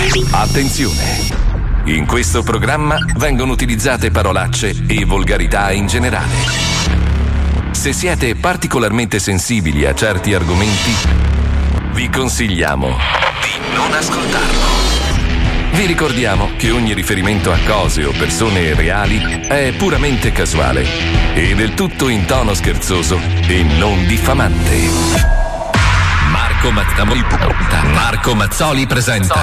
Attenzione! In questo programma vengono utilizzate parolacce e volgarità in generale. Se siete particolarmente sensibili a certi argomenti, vi consigliamo di non ascoltarlo. Vi ricordiamo che ogni riferimento a cose o persone reali è puramente casuale e del tutto in tono scherzoso e non diffamante. Marco Mazzoli presenta.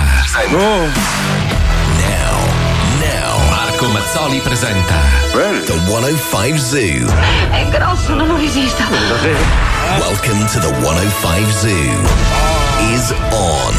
Marco Mazzoli presenta The 105 Zoo. È grosso, non lo resisto. Welcome to the 105 Zoo. Is on.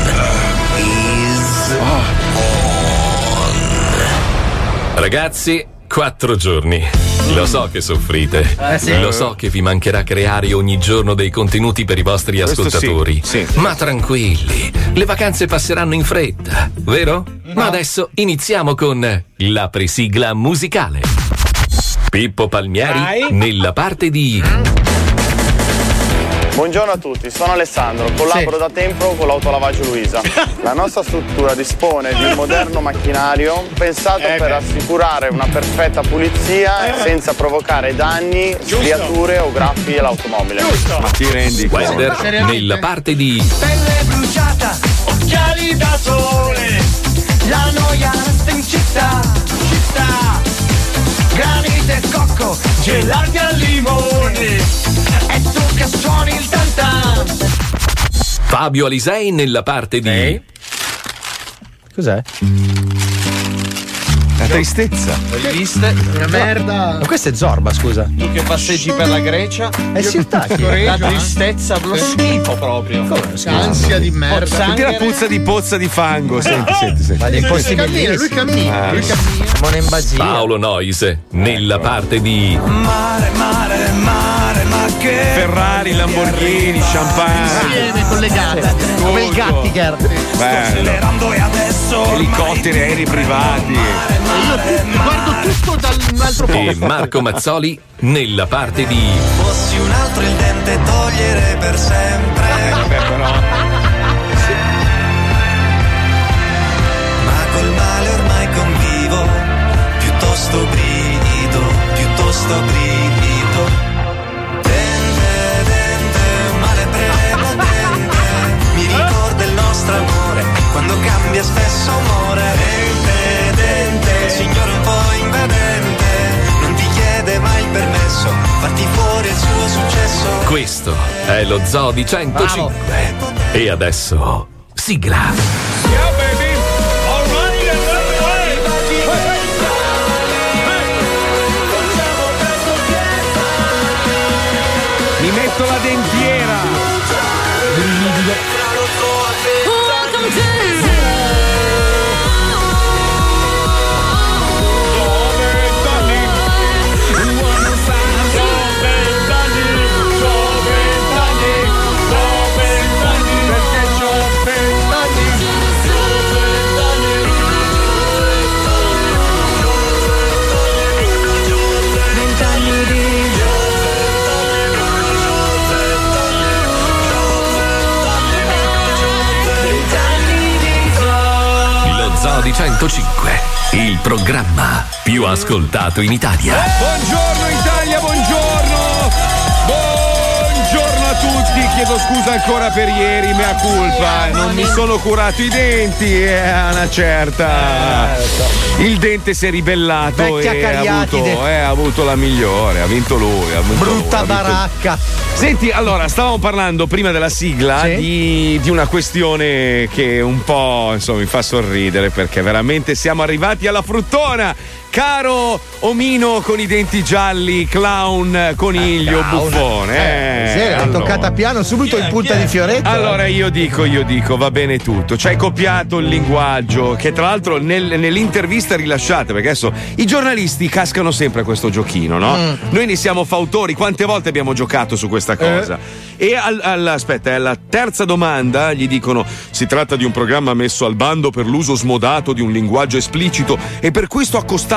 Ragazzi, 4 giorni. Lo so che soffrite. Sì. Lo so che vi mancherà creare ogni giorno dei contenuti per i vostri ascoltatori. Sì. Ma tranquilli, le vacanze passeranno in fretta, vero? No. Ma adesso iniziamo con la presigla musicale. Pippo Palmieri nella parte di... Buongiorno a tutti, sono Alessandro, collaboro da tempo con l'Autolavaggio Luisa. La nostra struttura dispone di un moderno macchinario pensato per assicurare una perfetta pulizia senza provocare danni, striature o graffi all'automobile. Ma ti rendi conto? Wender nella parte di... Pelle bruciata, occhiali da sole, la noia resta in città. Granite e cocco, gelati al limone, e tu che suoni il tantan. Fabio Alisei nella parte di... Cos'è? La tristezza. L'hai viste? Una merda. Ma questo è Zorba, scusa. Tu che passeggi per la Grecia. È Sirtaki. La tristezza, lo schifo proprio. Ansia di merda. Senti la puzza di pozza di fango. Senti. Ma dei posti bellissimi. Lui cammina. Simone in Basile. Paolo Noise nella parte di... Mare, ma che Ferrari, Lamborghini, champagne. Insieme, collegate. Come il Gattiger. accelerando e adesso Elicotteri, aerei privati. Io guardo tutto da un altro posto. E Marco Mazzoli nella parte di... fossi un altro il dente togliere per sempre. Però. Ma col male ormai convivo, piuttosto brido. Dente, un male prepotente, mi ricorda il nostro amore, quando cambia spesso umore. Dente, signore un po' invedente, non ti chiede mai il permesso, farti fuori il suo successo. Questo è lo Zoo di 105. E adesso, sigla. Mi metto la dentiera. Di 105, il programma più ascoltato in Italia. Buongiorno Italia, buongiorno a tutti. Chiedo scusa ancora per ieri, mea culpa. Non mi sono curato i denti, una certa. Il dente si è ribellato e ha avuto la migliore. Ha vinto lui. Brutta baracca. Senti, allora, stavamo parlando prima della sigla di una questione che un po' insomma mi fa sorridere, perché veramente siamo arrivati alla fruttona. Caro omino con i denti gialli, clown, coniglio, buffone. L'ha toccata piano, subito in punta di fioretto. Allora io dico, va bene tutto. Ci hai copiato il linguaggio, che tra l'altro nell'intervista rilasciata, perché adesso i giornalisti cascano sempre a questo giochino, no? Noi ne siamo fautori, quante volte abbiamo giocato su questa cosa? E alla terza domanda gli dicono: si tratta di un programma messo al bando per l'uso smodato di un linguaggio esplicito e per questo ha costato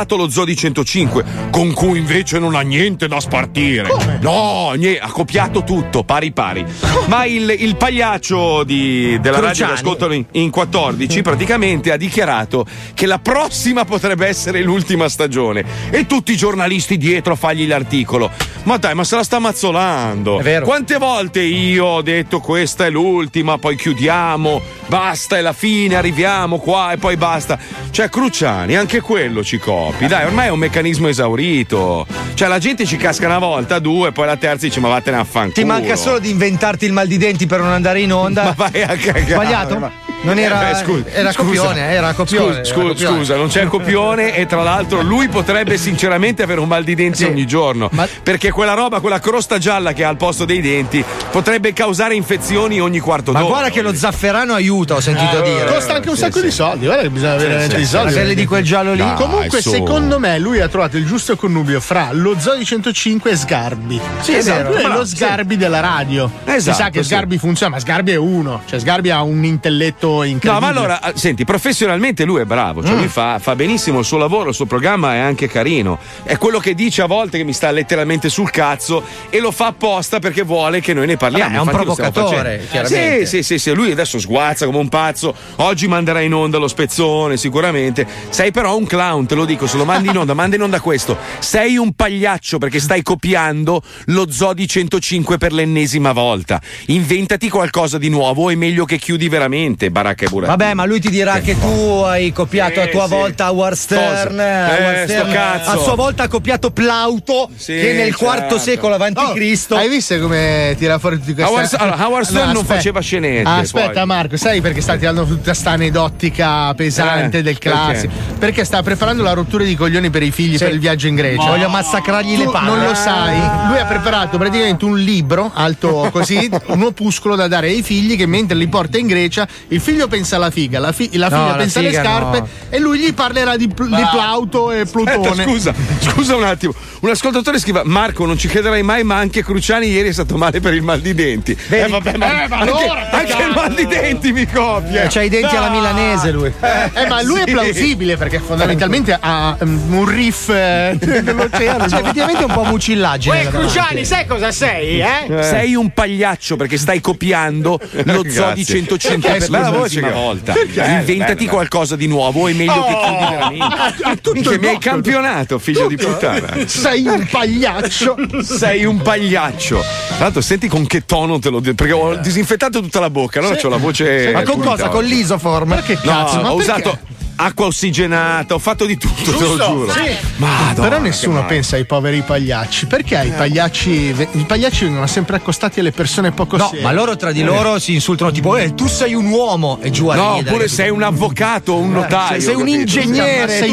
copiato lo Zoo di 105, con cui invece non ha niente da spartire. Come? No, ha copiato tutto, pari pari. Ma il pagliaccio della radio che ascoltano in 14 praticamente ha dichiarato che la prossima potrebbe essere l'ultima stagione e tutti i giornalisti dietro a fargli l'articolo. Ma dai, ma se la sta mazzolando. È vero. Quante volte io ho detto questa è l'ultima, poi chiudiamo, basta, è la fine, arriviamo qua e poi basta. Cioè, Cruciani, anche quello ci copi. Dai, ormai è un meccanismo esaurito. Cioè, la gente ci casca una volta, due, poi la terza dice ma vattene a fanculo. Ti manca solo di inventarti il mal di denti per non andare in onda. Ma vai a cagare. Sbagliato? Non era, era copione. Scusa, non c'è il copione e tra l'altro lui potrebbe sinceramente avere un mal di denti ogni giorno, perché quella roba, quella crosta gialla che ha al posto dei denti potrebbe causare infezioni ogni quarto d'ora. Ma guarda che lo zafferano aiuta, ho sentito dire. Costa anche un sacco di soldi, guarda che bisogna avere veramente i soldi. La pelle di quel giallo lì. Dai, Comunque secondo me lui ha trovato il giusto connubio fra lo Zoo di 105 e Sgarbi. Sì, esatto. Lui è lo Sgarbi della radio. Esatto, si sa che sì. Sgarbi funziona, ma Sgarbi è uno, cioè Sgarbi ha un intelletto incredibile. No, ma allora, senti, professionalmente lui è bravo, cioè lui fa benissimo il suo lavoro, il suo programma è anche carino. È quello che dice a volte che mi sta letteralmente sul cazzo e lo fa apposta perché vuole che noi ne parliamo. È un Infatti lo stiamo provocatore, facendo. chiaramente. Sì, lui adesso sguazza come un pazzo. Oggi manderà in onda lo spezzone, sicuramente. Sei però un clown, te lo dico, se lo mandi in onda, manda in onda questo. Sei un pagliaccio perché stai copiando lo Zoo di 105 per l'ennesima volta. Inventati qualcosa di nuovo, è meglio che chiudi veramente, Baracca e Burattini. Vabbè, ma lui ti dirà che tu hai copiato a tua volta Howard Stern. Howard sto cazzo. A sua volta ha copiato Plauto, che nel IV secolo avanti Cristo. Hai visto come tira fuori tutti questi? Howard Stern non faceva scenette. Aspetta, poi. Marco, sai perché sta tirando tutta sta aneddotica pesante del classico? Perché sta preparando la rottura di coglioni per i figli per il viaggio in Grecia. Voglio massacrargli le palle. Non lo sai. Lui ha preparato praticamente un libro alto così, un opuscolo da dare ai figli che mentre li porta in Grecia, il figlio pensa alla figa, la figlia pensa alle scarpe e lui gli parlerà di Plauto e Plutone. Scusa un attimo. Un ascoltatore scrive: Marco, non ci crederai mai, ma anche Cruciani ieri è stato male per il mal di denti. Vabbè, ma anche il mal di denti mi copia. C'ha i denti alla milanese lui. Ma lui è plausibile perché fondamentalmente ha un riff dell'oceano. Cioè, effettivamente è un po' mucillaggine. Cruciani, sai cosa sei, Sei un pagliaccio perché stai copiando lo Zoo di 105 per l'ennesima volta. Inventati qualcosa di nuovo, è meglio che chiudi veramente. Minchia, mi hai campionato, figlio di puttana. Sei un pagliaccio. Sei un pagliaccio. Tra l'altro, senti con che tono te lo dico, perché ho disinfettato tutta la bocca, allora c'ho la voce. Ma con pulita. cosa? Con l'isoform? Ma che cazzo? No, ma ho perché? usato acqua ossigenata, ho fatto di tutto, te lo giuro. Sì. Madonna, però nessuno pensa ai poveri pagliacci. Perché i pagliacci vengono sempre accostati alle persone poco serie? Ma loro tra di loro si insultano tipo tu sei un uomo e giù a no, ridere. oppure sei un avvocato o un notaio. Sei un ingegnere, sei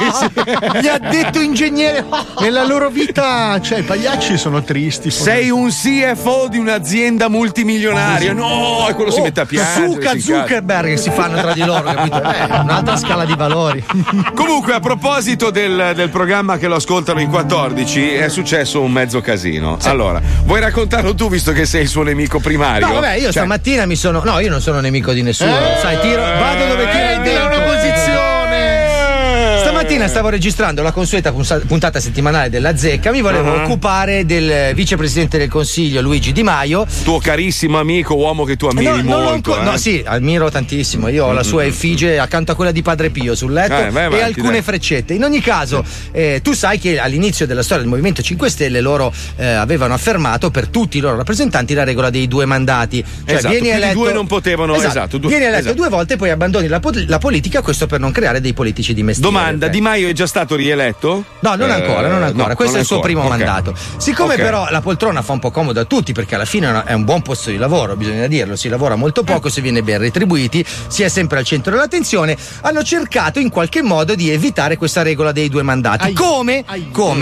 gli ha detto ingegnere. Nella loro vita, cioè, i pagliacci sono tristi. Sei un CFO di un'azienda multimilionaria. No, e quello si mette a piangere. Zuckerberg si fanno tra di loro, capito? Un'altra scala di valori. Comunque, a proposito del programma che lo ascoltano in 14, è successo un mezzo casino. Sì. Allora, vuoi raccontarlo tu, visto che sei il suo nemico primario? No, vabbè, io stamattina mi sono. No, io non sono nemico di nessuno. Sai, vado dove tira il dentro. Una posizione. Stamattina stavo registrando la consueta puntata settimanale della Zecca. Mi volevo occupare del vicepresidente del Consiglio Luigi Di Maio, tuo carissimo amico, uomo che tu ammiri molto. No, sì, ammiro tantissimo. Io ho la sua effigie accanto a quella di Padre Pio sul letto e alcune freccette. In ogni caso, tu sai che all'inizio della storia del Movimento 5 Stelle loro avevano affermato per tutti i loro rappresentanti la regola dei 2 mandati. Cioè, esatto, vieni eletto, 2 non potevano. Vieni eletto 2 volte, poi abbandoni la politica, questo per non creare dei politici di mestiere. Domanda: Di Maio è già stato rieletto? No, non ancora. No, questo è il suo ancora. primo mandato. Siccome però la poltrona fa un po' comodo a tutti, perché alla fine è un buon posto di lavoro, bisogna dirlo, si lavora molto poco, si viene ben retribuiti, si è sempre al centro dell'attenzione, hanno cercato in qualche modo di evitare questa regola dei 2 mandati. Come?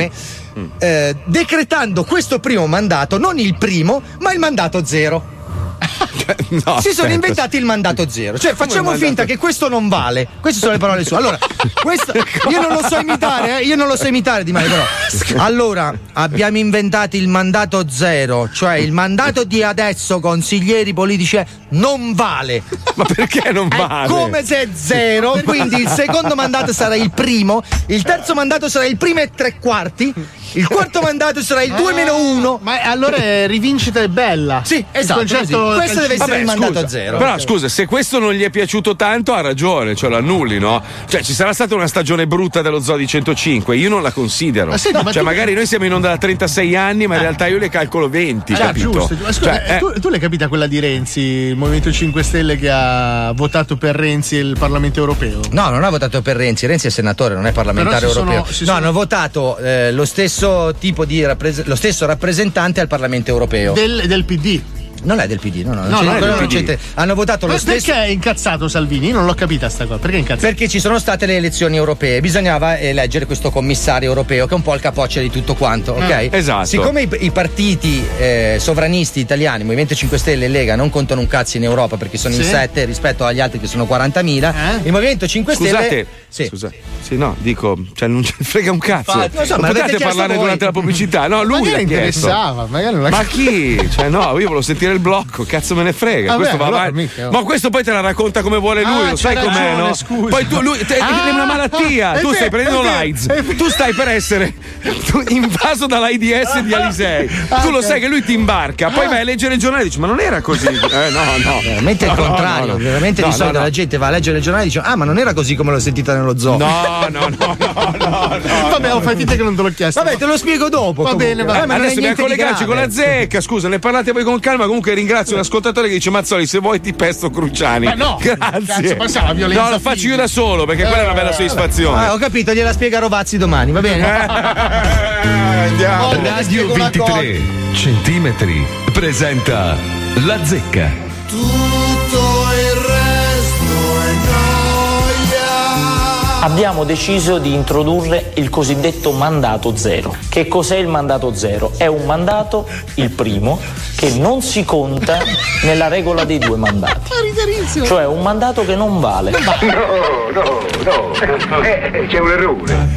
Decretando questo primo mandato, non il primo, ma il mandato 0. si sono inventati il mandato zero. Cioè, facciamo finta che questo non vale. Queste sono le parole sue. Allora, io non lo so imitare, Di Maio, però. Allora, abbiamo inventato il mandato zero, cioè il mandato di adesso, consiglieri politici, non vale. Ma perché non vale? È come se è zero, quindi il secondo mandato sarà il primo, il terzo mandato sarà il primo e 3/4, il quarto mandato sarà il 2-1. Ma allora è rivincita e bella. Sì, esatto. Questo deve essere il mandato zero. Però scusa, se questo non gli è piaciuto tanto, ha ragione, cioè lo annulli, no? Cioè, ci sarà stata una stagione brutta dello Zoo di 105, io non la considero. Cioè, magari noi siamo in onda da 36 anni, ma in realtà io le calcolo 20, capito? Giusto. Ma scusa, tu l'hai capita quella di Renzi, il Movimento 5 Stelle che ha votato per Renzi il Parlamento europeo? No, non ha votato per Renzi è senatore, non è parlamentare europeo. Hanno votato lo stesso tipo di lo stesso rappresentante al Parlamento europeo. Del PD. Non è del PD, no. Hanno votato lo stesso. Perché è incazzato Salvini? Io non l'ho capita sta cosa. Perché è incazzato? Perché ci sono state le elezioni europee, bisognava eleggere questo commissario europeo che è un po' il capoccia di tutto quanto, ok? Esatto. Siccome i partiti sovranisti italiani, Movimento 5 Stelle e Lega, non contano un cazzo in Europa perché sono in 7 rispetto agli altri che sono 40.000, il Movimento 5 Stelle. Scusate. Sì, no, dico, cioè non ci frega un cazzo. Ma potete parlare durante la pubblicità. No, lui magari interessava, Ma chi? Cioè, no, io volevo sentire il blocco, cazzo me ne frega. Vabbè, questo va avanti. Ma questo poi te la racconta come vuole lui, lo sai com'è, no? Scusa. Poi tu, lui, è una malattia. Tu stai prendendo l'AIDS. Tu stai per essere invaso dall'AIDS di Alisei. Tu lo sai che lui ti imbarca, poi vai a leggere il giornale e dici, ma non era così. No. Veramente il contrario. Veramente di solito la gente va a leggere il giornale e dice, ma non era così come l'ho sentita nello zoo. No. Vabbè, fai finta che non te l'ho chiesto. Vabbè, te lo spiego dopo. Va bene, va. Ma adesso dobbiamo collegarci con la zecca. Scusa, ne parlate voi con calma. Comunque ringrazio un ascoltatore che dice, Mazzoli, se vuoi ti pesto Cruciani. Ma no, grazie. Passiamo la violenza. No, lo faccio io da solo perché quella è una bella soddisfazione. Ho capito, gliela spiega Rovazzi domani, va bene? Andiamo. Radio 23 centimetri presenta La Zecca. Tutto il resto è noia. Abbiamo deciso di introdurre il cosiddetto mandato zero. Che cos'è il mandato zero? È un mandato, il primo, che non si conta nella regola dei 2 mandati. Cioè un mandato che non vale. No, c'è un errore.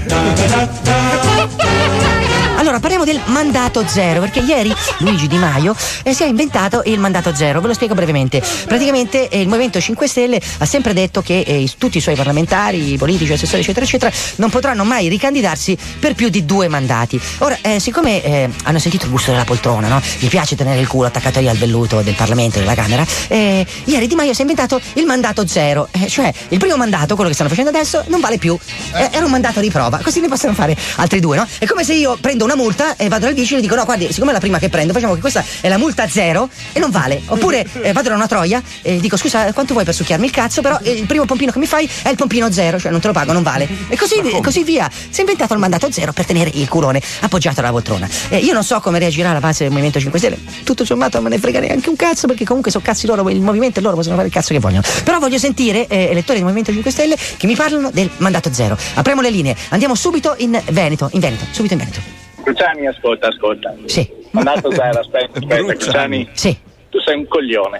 Allora parliamo del mandato zero, perché ieri Luigi Di Maio si è inventato il mandato zero. Ve lo spiego brevemente. Praticamente il Movimento 5 Stelle ha sempre detto che tutti i suoi parlamentari, politici, assessori eccetera eccetera non potranno mai ricandidarsi per più di 2 mandati. Ora siccome hanno sentito il gusto della poltrona, no? Gli piace tenere il culo attaccato lì al velluto del Parlamento e della Camera, ieri Di Maio si è inventato il mandato zero, cioè il primo mandato, quello che stanno facendo adesso, non vale più, era un mandato di prova, così ne possono fare altri 2, no? È come se io prendo una multa e vado al vice e gli dico, no guardi, siccome è la prima che prendo, facciamo che questa è la multa zero e non vale. Oppure vado da una troia e dico, scusa, quanto vuoi per succhiarmi il cazzo, però il primo pompino che mi fai è il pompino zero, cioè non te lo pago, non vale. E così via. Si è inventato il mandato zero per tenere il culone appoggiato alla poltrona. Io non so come reagirà la base del Movimento 5 Stelle, tutto sommato non me ne frega neanche un cazzo, perché comunque sono cazzi loro, il movimento e loro possono fare il cazzo che vogliono. Però voglio sentire elettori del Movimento 5 Stelle che mi parlano del mandato zero. Apriamo le linee, andiamo subito in Veneto, subito in Veneto. Cruciani, ascolta. Sì. Mandato zero, aspetta, Cruciani. Sì. Tu sei un coglione.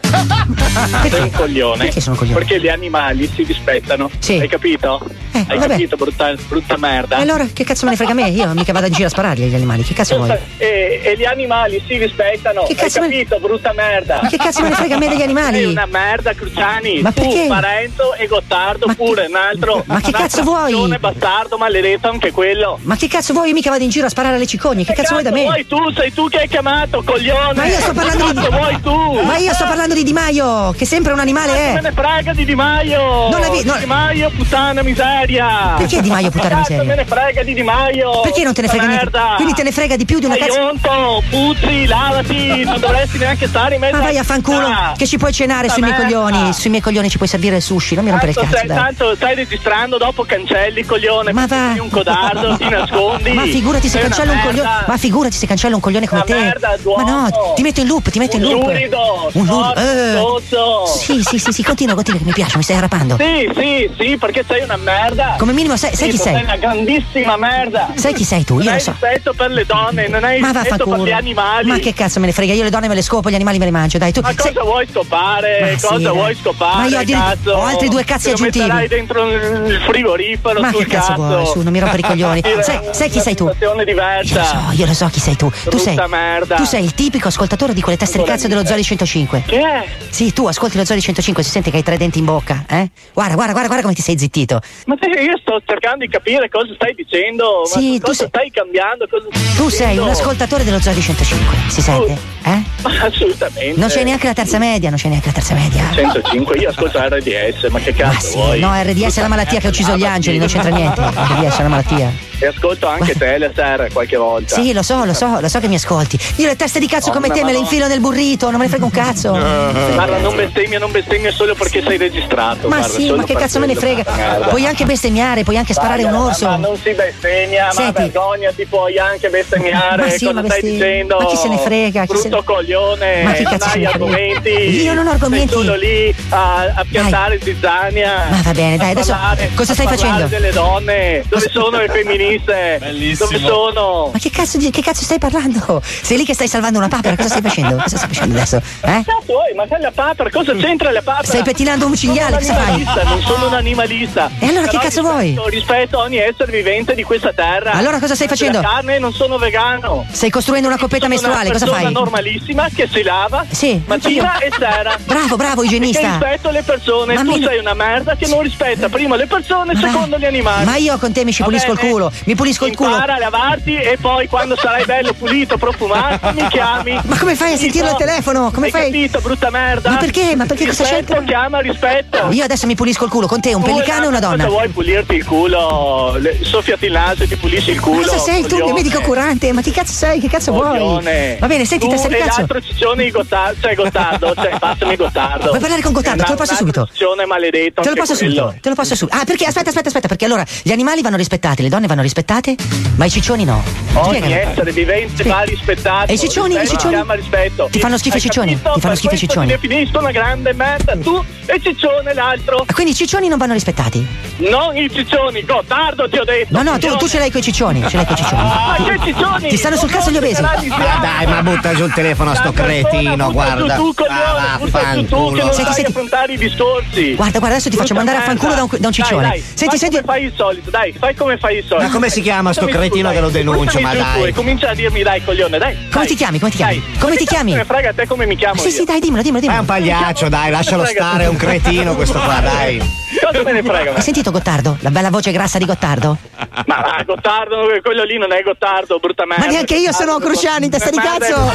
Sei un coglione. Perché sono un coglione? Perché gli animali si rispettano. Sì. Hai capito? Hai capito, brutta merda? E allora che cazzo me ne frega a me? Io mica vado in giro a sparargli agli animali. Che cazzo vuoi? E gli animali si rispettano. Che cazzo hai capito, brutta merda? Ma che cazzo me ne frega a me degli animali? Sei una merda, Cruciani. Ma perché? Tu, Parenzo e Gottardo pure, un altro. Ma che cazzo vuoi? Bastardo, maledetto anche quello. Ma che cazzo vuoi? Io mica vado in giro a sparare alle cicogne. Che cazzo vuoi da me? Vuoi tu, sei tu che hai chiamato, coglione. Ma io sto parlando di vuoi tu? Ma io sto parlando di Di Maio, che sempre un animale è. Me ne frega di Di Maio. Di Maio, puttana miseria. Perché Di Maio, puttana miseria? Me ne frega di Di Maio. Perché non te ne frega niente? Quindi te ne frega di più di una cazzo. Puzzi, lavati, non dovresti neanche stare in mezzo. Ma vai a fanculo, che ci puoi cenare sui miei coglioni. Sui miei coglioni ci puoi servire il sushi, non mi rompere il cazzo. Tanto stai registrando, dopo cancelli, coglione. Ma va. Sei un codardo, ti nascondi. Ma figurati se cancello un coglione. Ma figurati se cancello un coglione come te. Merda, ma no, ti metto in loop. Giuri lucido. Sì, continua, che mi piace, mi stai arrapando. Sì, perché sei una merda. Come minimo sai chi sei? Sei una grandissima merda. Sai chi sei tu? Io non lo hai so. rispetto per le donne, non hai rispetto per gli animali. Ma che cazzo me ne frega, io le donne me le scopo, gli animali me le mangio, dai tu. Ma cosa vuoi scopare? Vuoi scopare? Ma io ho altri 2 cazzi aggiuntivi. Lo metterai dentro il frigorifero. Ma che cazzo vuoi? Su, non mi rompere i coglioni. Sai chi sei tu? Diversa. Io lo so chi sei tu. Tu sei il tipico ascoltatore di quelle teste di cazzo dello Zoli 105. Che è? Sì, tu ascolti lo Zoli 105, si sente che hai 3 denti in bocca, eh? Guarda come ti sei zittito. Ma io sto cercando di capire cosa stai dicendo. Sì, ma cosa stai cambiando? Tu sei un ascoltatore dello Zoli 105, si sente? Ma assolutamente. Non c'è neanche la terza media. 105, io ascolto RDS, ma che cazzo vuoi? No, RDS è la malattia che ha ucciso gli angeli, non c'entra niente. RDS è una malattia. E ascolto anche Teleser qualche volta. Sì, lo so che mi ascolti. Io le teste di cazzo come te me le infilo nel burrito, non me ne frega un cazzo. Guarda, non bestemmia solo perché sei registrato. Ma sì, ma che cazzo me ne frega? Puoi anche bestemmiare, puoi anche sparare un orso. Ma non si bestemmia, ma vergognati, puoi anche bestemmiare. Ma sì, cosa stai dicendo? Ma chi se ne frega? Brutto coglione. Ma che cazzo non hai argomenti. Io non ho argomenti. Sei solo lì a piantare zizzania. Ma va bene, dai, adesso cosa stai facendo? Delle donne. Dove sono le femministe? Bellissimo. Dove sono? Ma che cazzo stai parlando? Sei lì che stai salvando una papera, cosa stai facendo? Cosa stai facendo adesso? Cazzo, ma sei la papera, cosa c'entra la papera? Stai pettinando un cinghiale, cosa fai? Non sono un animalista. E allora che cazzo vuoi? Rispetto ogni essere vivente di questa terra. Allora cosa stai facendo? La carne, non sono vegano. Stai costruendo una coppetta mestruale, cosa fai? Una persona normalissima che si lava mattina e sera. Bravo, igienista. Che rispetto le persone. Ma tu sei una merda che non rispetta prima le persone, secondo gli animali. Ma io con te mi ci pulisco il culo. Mi pulisco il culo. Impara a lavarti e poi quando sarai bello, pulito, profumato, mi chiami. Ma come fai a sentirlo al telefono? Come fai? Hai capito, brutta merda? Ma perché? Cosa scelto? Chiama rispetto. Io adesso mi pulisco il culo con te, un pellicano e una donna. Se vuoi pulirti il culo, soffiati il naso e ti pulisci il culo. Ma cosa sei tu, mio medico curante? Ma chi cazzo sei? Che cazzo vuoi? Va bene, senti, testa di cazzo. L'altro ciccione di Gottardo, passami Gottardo. Vuoi parlare con Gottardo? Te lo passo subito. Ciccione maledetto. Te lo passo subito. Ah, perché? Aspetta, perché allora gli animali vanno rispettati, le donne vanno rispettate, ma i ciccioni no. Ogni essere vivente va rispettato. E i ciccioni? Rispetto. Ti fanno schifo i ciccioni? Ti fanno schifo i ciccioni? Ti definisco una grande merda, tu e Ciccione l'altro. Quindi i ciccioni non vanno rispettati? Non i ciccioni, Gottardo ti ho detto. No, tu ce l'hai coi ciccioni. Ma che ciccioni? Ti stanno sul cazzo gli obesi. Dai, ma butta giù il telefono a sto cretino, guarda. Vaffanculo. Senti, affrontare i discorsi. Guarda, adesso ti faccio mandare a fanculo da un ciccione. Dai, senti. Come fai il solito, dai, fai come fai il solito. Ma come si chiama sto cretino che lo denuncio, ma dai. Comincia a dirmi, dai, coglione, dai. Come ti chiami? Come ti chiami? Me frega a te come mi chiamo. Sì, dai, dimmelo. È un pagliaccio, dai, lascialo stare, è un cretino questo qua, dai. Cosa me ne frega? Hai sentito Gottardo? La bella voce grassa di Gottardo? Ma Gottardo, quello lì non è Gottardo, brutta merda. Ma neanche io sono Cruciani, testa di cazzo!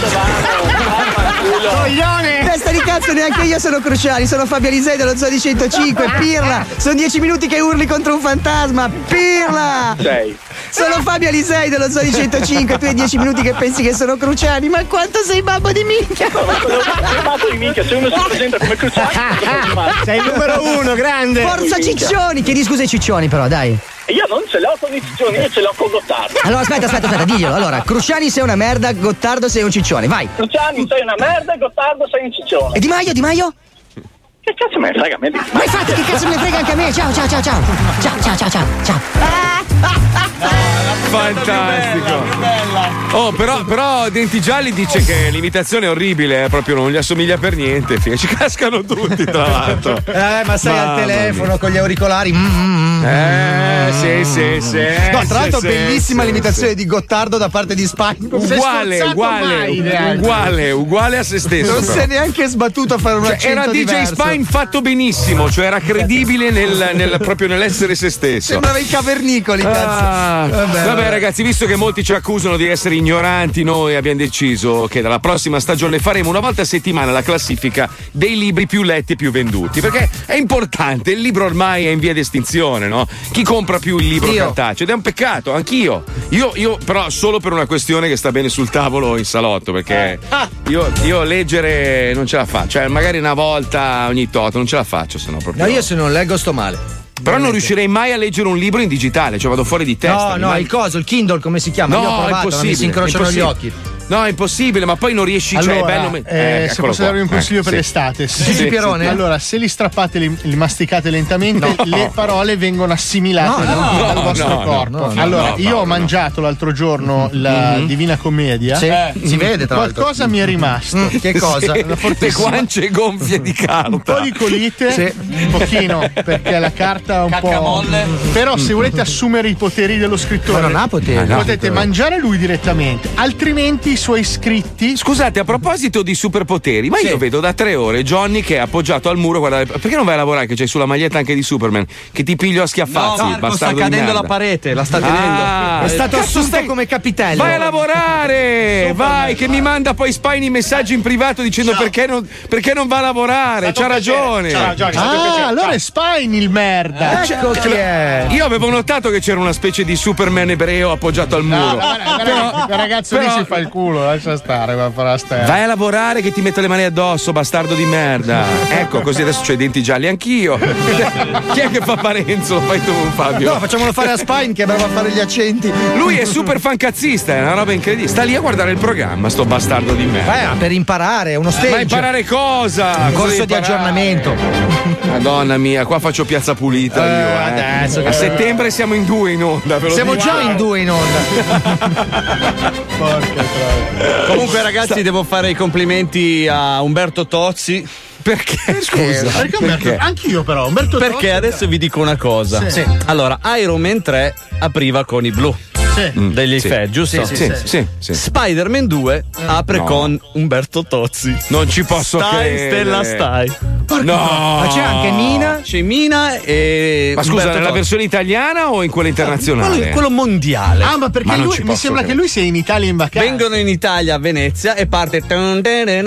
Coglione! Testa di cazzo, neanche io sono Cruciani, sono Fabio Alisei dello Zoo di 105, pirla! Sono 10 minuti che urli contro un fantasma, pirla! Sono Fabio Alisei dello Zoo di 105, tu hai 10 minuti che pensi che sono Cruciani, ma quanto sei babbo di minchia! Sei babbo di minchia, se uno si presenta come Cruciani, sei il numero 1, grande! Forza Ciccioni! Chiedi scusa ai Ciccioni però, dai! Io non ce l'ho con i ciccioni, io ce l'ho con Gottardo. Allora aspetta, diglielo. Allora, Cruciani sei una merda, Gottardo sei un ciccione, vai. Cruciani sei una merda e Gottardo sei un ciccione. E Di Maio? Che cazzo me ne frega a me? Ma infatti che cazzo me ne frega anche a me? Ciao. Ciao. Fantastico. Oh, però Denti Gialli dice che l'imitazione è orribile, proprio non gli assomiglia per niente. Ci cascano tutti, tra l'altro. Ma sei al telefono con gli auricolari. Sì. No, tra l'altro bellissima l'imitazione di Gottardo da parte di Spine. Uguale a se stesso. Non si è neanche sbattuto a fare un accento era DJ diverso. Spine fatto benissimo, cioè era credibile proprio nell'essere se stesso. Sembrava i cavernicoli, cazzo. Vabbè ragazzi, visto che molti ci accusano di essere ignoranti, noi abbiamo deciso che dalla prossima stagione faremo una volta a settimana la classifica dei libri più letti e più venduti, perché è importante, il libro ormai è in via di estinzione, no? Chi compra più il libro cartaceo? Ed è un peccato, anch'io. Io però solo per una questione che sta bene sul tavolo in salotto, perché io leggere non ce la faccio, cioè magari una volta ogni tot non ce la faccio, se no proprio. No, io se non leggo sto male. Però non riuscirei mai a leggere un libro in digitale, cioè vado fuori di testa. No, il Kindle come si chiama? No, io ho provato, è impossibile, mi si incrociano gli occhi. No, è impossibile, ma poi non riesci. Allora, cioè, è bello. se posso darvi un consiglio per l'estate, Pierone. Allora, se li strappate, li masticate lentamente, le parole vengono assimilate dal vostro corpo. Allora, io ho mangiato l'altro giorno la Divina Commedia. Si vede tra l'altro. Qualcosa mi è rimasto. Che cosa? Le guance gonfie di carta. Un po' di colite, un pochino, perché la carta è un po' molle. Però se volete assumere i poteri dello scrittore, non ha poteri. potete mangiare lui direttamente, altrimenti i suoi iscritti. Scusate, a proposito di superpoteri, ma io vedo da 3 ore Johnny che è appoggiato al muro. Guarda, perché non vai a lavorare? Che c'hai sulla maglietta anche di Superman, che ti piglio a schiaffazzi. No, Marco, sta cadendo la parete, la sta tenendo. È stato assunto come capitello. Vai a lavorare, vai, che mi manda poi Spine i messaggi in privato dicendo perché non va a lavorare. C'ha ragione. Allora è Spine il merda. Ecco chi è. Io avevo notato che c'era una specie di Superman ebreo appoggiato al muro. Quel ragazzo lì si fa il culo, lascia stare, va a fare la stella. Vai a lavorare che ti metto le mani addosso, bastardo di merda. Ecco, così adesso c'ho i denti gialli anch'io. Chi è che fa Parenzo? Lo fai tu, Fabio? No, facciamolo fare a Spine che è bravo a fare gli accenti. Lui è super fancazzista, è una roba incredibile. Sta lì a guardare il programma, sto bastardo di merda. Per imparare, è uno stage. Ma imparare cosa? Un corso di aggiornamento. Madonna mia, qua faccio piazza pulita io. Adesso a settembre siamo in 2 in onda. Siamo già in 2 in onda. Porca troia. Comunque, ragazzi, devo fare i complimenti a Umberto Tozzi. Perché? Scusa. Perché? Anch'io però, Umberto Tozzi. Perché adesso vi dico una cosa. Sì. Allora, Iron Man 3 apriva con i blu. Degli Fed, giusto? Sì. Spider-Man 2 apre con Umberto Tozzi. Non ci posso credere. Stella stai. No. Ma c'è anche Mina? C'è Mina e. Ma scusa, nella versione italiana o in quella internazionale? Quello mondiale. Ma perché lui, mi sembra che lui sia in Italia in vacanza. Vengono in Italia a Venezia e parte. Stai,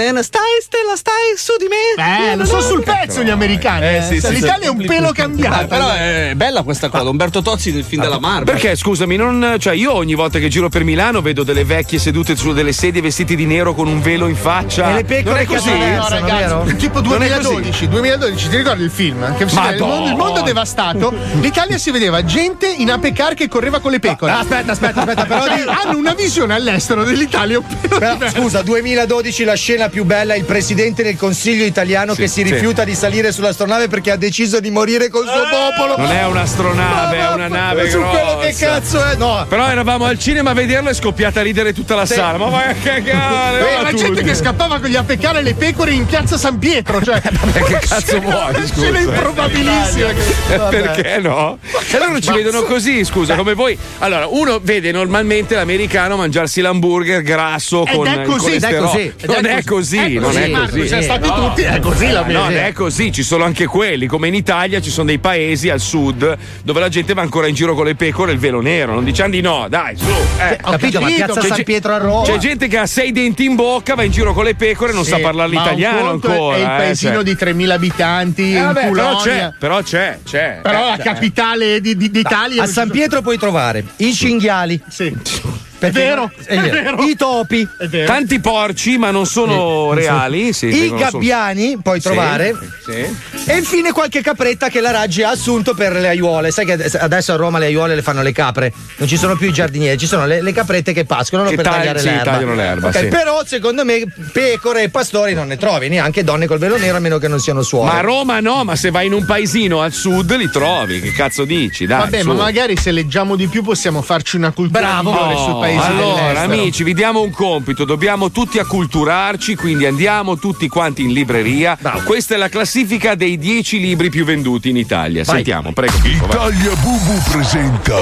Stella, stai su di me. Lo so sul pezzo gli americani. L'Italia è un pelo cambiata. Però è bella questa cosa. Umberto Tozzi nel film della Marvel. Perché, scusami, cioè io ogni volta che giro per Milano vedo delle vecchie sedute su delle sedie vestiti di nero con un velo in faccia. E le pecore non è così? No, ragazzi, tipo 2012, ti ricordi il film? Che il mondo devastato, l'Italia si vedeva gente in apecar che correva con le pecore. Aspetta, però hanno una visione all'estero dell'Italia. Scusa, 2012 la scena più bella è il presidente del Consiglio italiano che si rifiuta di salire sull'astronave perché ha deciso di morire col suo popolo. Non è un'astronave, è una nave su grossa. Quello che cazzo è? No. Però eravamo al cinema a vederlo e scoppiata a ridere tutta la sala. Ma vai a cagare! La gente che scappava con gli apecar e le pecore in piazza San Pietro, cioè. Che cazzo vuoi? Scena improbabilissima. Perché no? E loro ci vedono così, scusa, come voi. Allora, uno vede normalmente l'americano mangiarsi l'hamburger grasso con il colesterolo. Non è così. Siamo stati tutti, è così la No, non è così, ci sono anche quelli. Come in Italia ci sono dei paesi al sud dove la gente va ancora in giro con le pecore e il velo nero. Non diciamo di no, dai, su. Ho capito, ma piazza San Pietro a Roma. C'è gente che ha 6 denti in bocca, va in giro con le pecore e non sa parlare l'italiano ancora. È il paesino di 3.000 abitanti in Polonia. Però c'è. Però la capitale d'Italia. A San Pietro puoi trovare i cinghiali. Sì. È vero. I topi. Tanti porci, ma non sono reali. I gabbiani puoi trovare. E infine qualche capretta che la Raggi ha assunto per le aiuole. Sai che adesso a Roma le aiuole le fanno le capre. Non ci sono più i giardinieri, ci sono le caprette che pascolano per tagliare l'erba. Tagliano l'erba. Okay, però secondo me pecore e pastori non ne trovi, neanche donne col velo nero, a meno che non siano suore. Ma a Roma no, ma se vai in un paesino al sud li trovi. Che cazzo dici? Dai, vabbè, ma magari se leggiamo di più possiamo farci una cultura migliore sul paese. Allora, amici, vi diamo un compito, dobbiamo tutti acculturarci, quindi andiamo tutti quanti in libreria. Bravo. Questa è la classifica dei 10 libri più venduti in Italia. Vai. Sentiamo, prego. Italia Bubu presenta.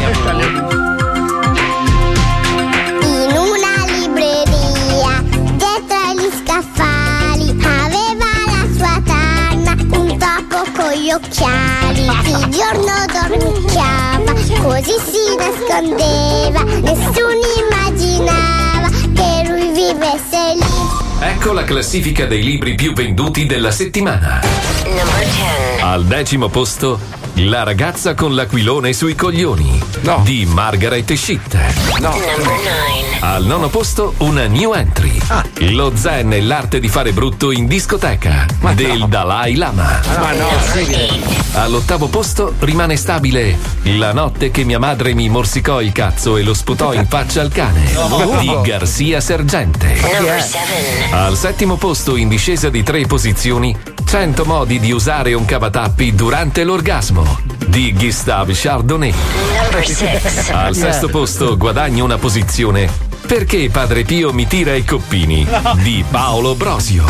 In una libreria, dietro agli scaffali, aveva la sua tana, un topo con gli occhiali. Di giorno dormicchiava, così si nascondeva, nessuno immaginava che lui vivesse lì. Ecco la classifica dei libri più venduti della settimana. Al 10° posto, La ragazza con l'aquilone sui coglioni di Margaret Schitt. Al 9° posto una new entry. Lo zen e l'arte di fare brutto in discoteca del Dalai Lama. All'8° posto rimane stabile La notte che mia madre mi morsicò il cazzo e lo sputò in faccia al cane di Garcia Sergente. Al 7° posto in discesa di 3 posizioni 100 modi di usare un cavatappi durante l'orgasmo di Gustave Chardonnay. Al 6° posto guadagno una posizione Perché Padre Pio mi tira i coppini di Paolo Brosio.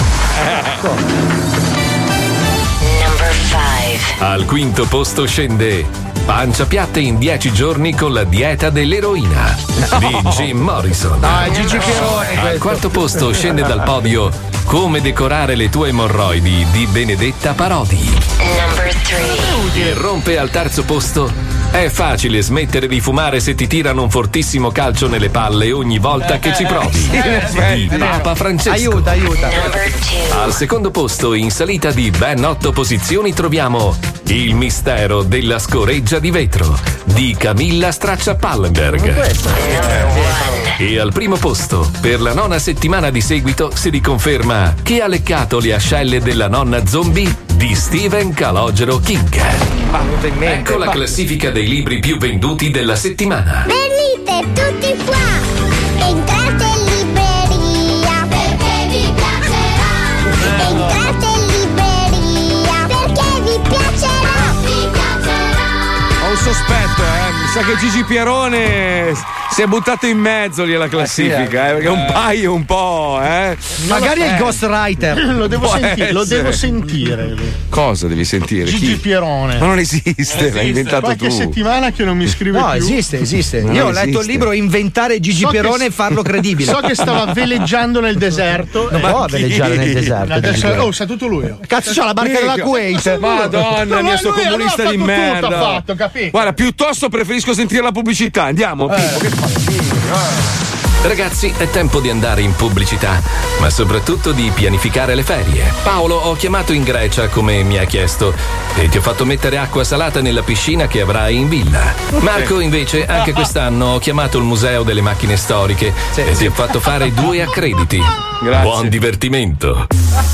Al 5° posto scende Pancia piatta in 10 giorni con la dieta dell'eroina di Jim Morrison. Gigi Pierone. Al 4° posto scende dal podio Come decorare le tue emorroidi di Benedetta Parodi. E rompe al 3° posto È facile smettere di fumare se ti tirano un fortissimo calcio nelle palle ogni volta che ci provi di Papa Francesco. Aiuta. Al 2° posto in salita di ben 8 posizioni troviamo Il mistero della scoreggia di vetro di Camilla Straccia-Pallenberg. E al 1° posto, per la 9ª settimana di seguito, si riconferma Chi ha leccato le ascelle della nonna zombie di Stephen Calogero King. Ecco la classifica dei libri più venduti della settimana. Venite tutti qua, entrate in libreria, perché vi piacerà. Entrate in libreria, perché vi piacerà. Vi piacerà. Ho un sospetto, mi sa che Gigi Pierone si è buttato in mezzo lì alla classifica, perché un paio un po', Magari è il ghostwriter. Lo devo sentire. Cosa devi sentire? Gigi Pierone. Ma non esiste, l'hai inventato qualche tu. settimana che non mi scrive più. No, esiste. Io ho letto il libro Inventare Gigi Pierone e farlo credibile. So che stava veleggiando nel deserto. Non può veleggiare nel deserto. Adesso sa tutto lui. Cazzo, c'ha la barca della Kuwait. Madonna mia, sto comunista di merda. Tutto ha fatto, capito? Guarda, piuttosto preferisco sentire la pubblicità. Andiamo, Pippo, che Ragazzi, è tempo di andare in pubblicità, ma soprattutto di pianificare le ferie. Paolo, ho chiamato in Grecia come mi ha chiesto e ti ho fatto mettere acqua salata nella piscina che avrai in villa. Marco, invece, anche quest'anno ho chiamato il Museo delle Macchine Storiche e ti ho fatto fare 2 accrediti. Grazie. Buon divertimento.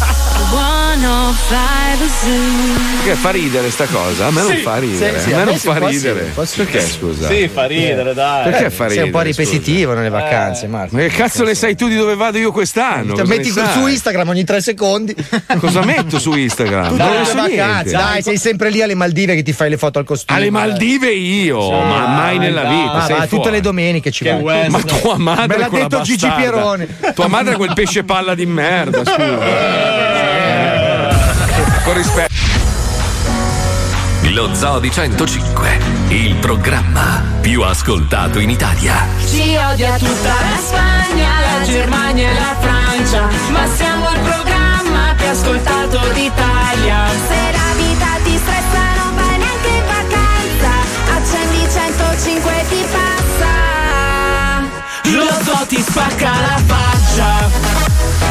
Che fa ridere sta cosa? A me non fa ridere. Sì, a me non fa ridere. Perché, scusa? Sì, fa ridere, dai. Perché fa ridere? Sei un po' ripetitivo nelle vacanze, Marco. Ma che cazzo ne sai tu di dove vado io quest'anno? Ti metti su Instagram ogni 3 secondi. Cosa metto su Instagram? Tutte le vacanze. Dai, sei sempre lì alle Maldive che ti fai le foto al costume. Alle Maldive io, ma mai nella vita. Tutte le domeniche ci vai. Ma tua madre, me l'ha detto Gigi Pierone. Tua madre è quel pesce palla di merda, scusa. Con rispetto. Lo Zoo di 105, il programma più ascoltato in Italia. Ci odia tutta la Spagna, la Germania e la Francia, ma siamo il programma più ascoltato d'Italia. Se la vita ti stressa non vai neanche in vacanza, accendi 105 e ti passa. Lo Zoo ti spacca la faccia.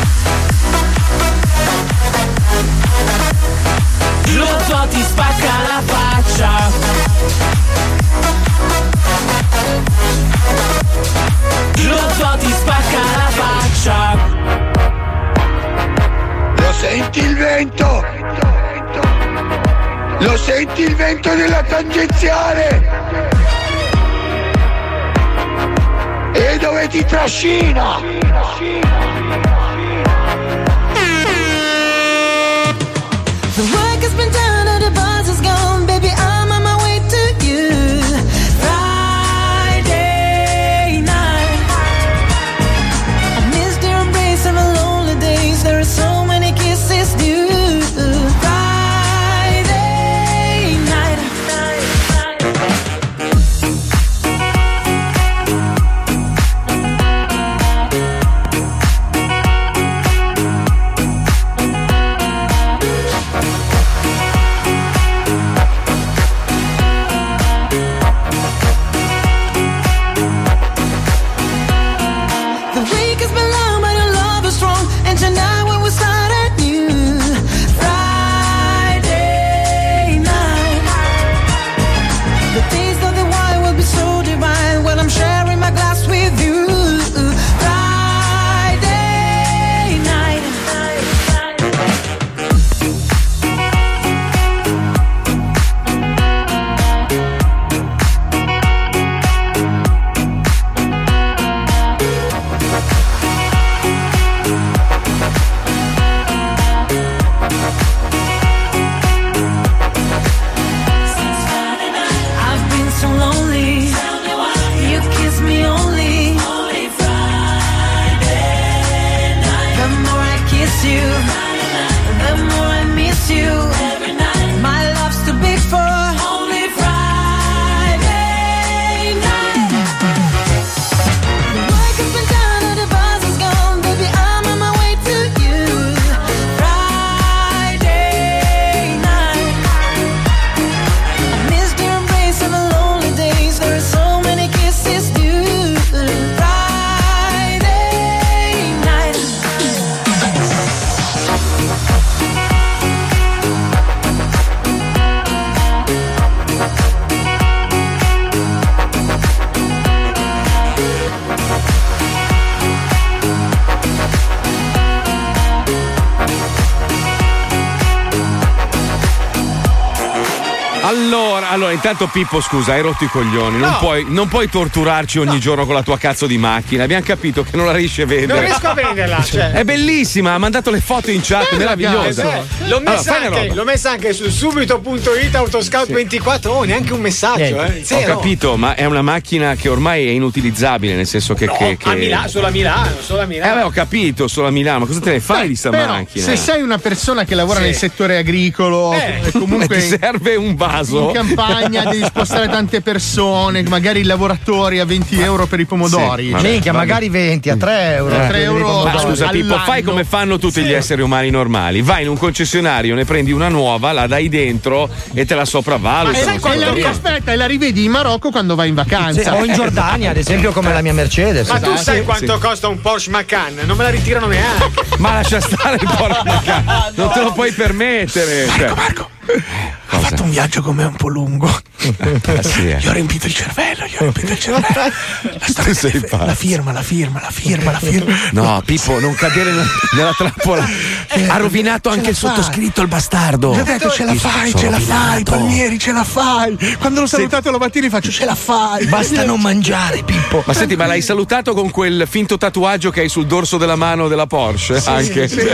Lo Zoo ti spacca la faccia. Lo Zoo ti spacca la faccia. Lo senti il vento? Lo senti il vento della tangenziale? E dove ti trascina? The work has been done and the buzz is gone, baby, I'm on my way to you. Friday night, I missed your embrace of my lonely days, there are so many kisses due. Friday night. Allora, intanto Pippo, scusa, hai rotto i coglioni. No. Non puoi torturarci ogni giorno con la tua cazzo di macchina. Abbiamo capito che non la riesci a vendere. Non riesco a venderla. Cioè. È bellissima, ha mandato le foto in chat, meravigliosa. L'ho messa anche su subito.it Autoscout 24. Oh, neanche un messaggio. Ho capito, ma è una macchina che ormai è inutilizzabile, nel senso che. A Milano, solo a Milano. Ho capito, solo a Milano, ma cosa te ne fai di sta macchina? Se sei una persona che lavora nel settore agricolo e comunque ti serve un vaso in campagna, devi spostare tante persone, magari i lavoratori a 20 euro per i pomodori. Minchia, magari 20 a 3 euro. 3 euro. Ma scusa Pippo, fai come fanno tutti gli esseri umani normali. Vai in un concessionario, ne prendi una nuova, la dai dentro e te la sopravvaluti. Aspetta, e la rivedi in Marocco quando vai in vacanza. O in Giordania, ad esempio, come la mia Mercedes. Ma tu sai quanto costa un Porsche Macan? Non me la ritirano neanche. Ma lascia stare il Porsche Macan, non te lo puoi permettere. Marco. Ha fatto un viaggio con me un po' lungo. Gli ho riempito il cervello. La firma. No, Pippo, non cadere nella trappola. Ha rovinato anche il sottoscritto, il bastardo. Gli ho detto ce la fai, Palmieri, ce la fai. Quando l'ho salutato la mattina gli faccio ce la fai. Basta non mangiare, Pippo. Ma senti, ma l'hai salutato con quel finto tatuaggio che hai sul dorso della mano della Porsche? Sì, anche. Sì.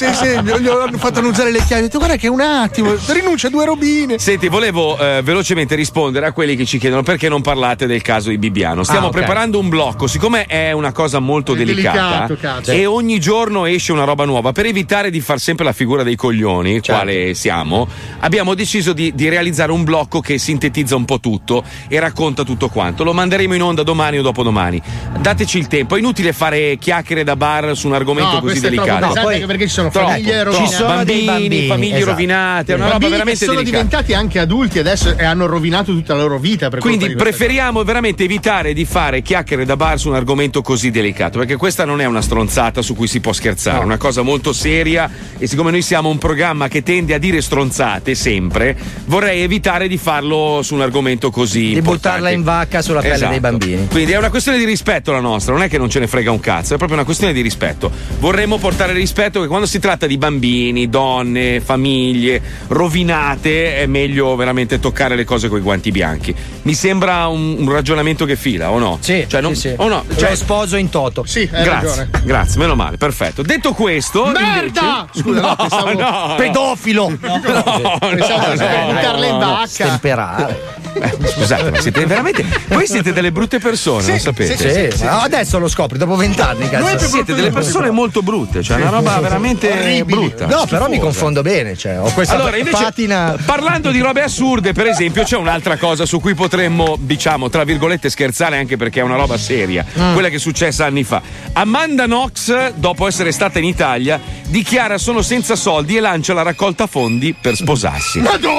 Gli ho fatto annusare le chiavi. Ho detto guarda che un attimo, rinuncia a 2 robine. Senti, volevo velocemente rispondere a quelli che ci chiedono perché non parlate del caso di Bibbiano. Stiamo preparando un blocco, siccome è una cosa molto delicata e ogni giorno esce una roba nuova, per evitare di far sempre la figura dei coglioni, quale siamo, abbiamo deciso di realizzare un blocco che sintetizza un po' tutto e racconta tutto quanto. Lo manderemo in onda domani o dopodomani. Dateci il tempo, è inutile fare chiacchiere da bar su un argomento così delicato. Perché ci sono famiglie rovinate, ci sono bambini, famiglie rovinate, è una roba veramente sono diventati anche adulti adesso e hanno rovinato tutta la loro vita. Quindi preferiamo veramente evitare di fare chiacchiere da bar su un argomento così delicato, perché questa non è una stronzata su cui si può scherzare, è una cosa molto seria, e siccome noi siamo un programma che tende a dire stronzate sempre, vorrei evitare di farlo su un argomento così di buttarla in vacca sulla pelle dei bambini. Quindi è una questione di rispetto la nostra, non è che non ce ne frega un cazzo, è proprio una questione di rispetto. Vorremmo portare rispetto, che quando si tratta di bambini, donne, famiglie rovinate è meglio veramente toccare le cose coi guanti bianchi. Mi sembra un ragionamento che fila, o no? Sì, sì. O no? Cioè, sposo in toto. Sì, hai ragione. Grazie, meno male, perfetto. Detto questo, merda! Invece... Scusa, no. Pedofilo! Pensavo buttarle in vacca. Stemperare. Scusate, ma siete veramente. Voi siete delle brutte persone, non sapete? Sì. Adesso lo scopri, dopo 20 anni. Siete delle persone molto brutte, cioè una roba veramente brutta. No, però mi confondo bene, cioè, ho questa patina. Parlando di robe assurde, per esempio, c'è un'altra cosa su cui potremmo, diciamo, tra virgolette, scherzare, anche perché è una roba seria, quella che è successa anni fa. Amanda Knox, dopo essere stata in Italia, dichiara sono senza soldi e lancia la raccolta fondi per sposarsi.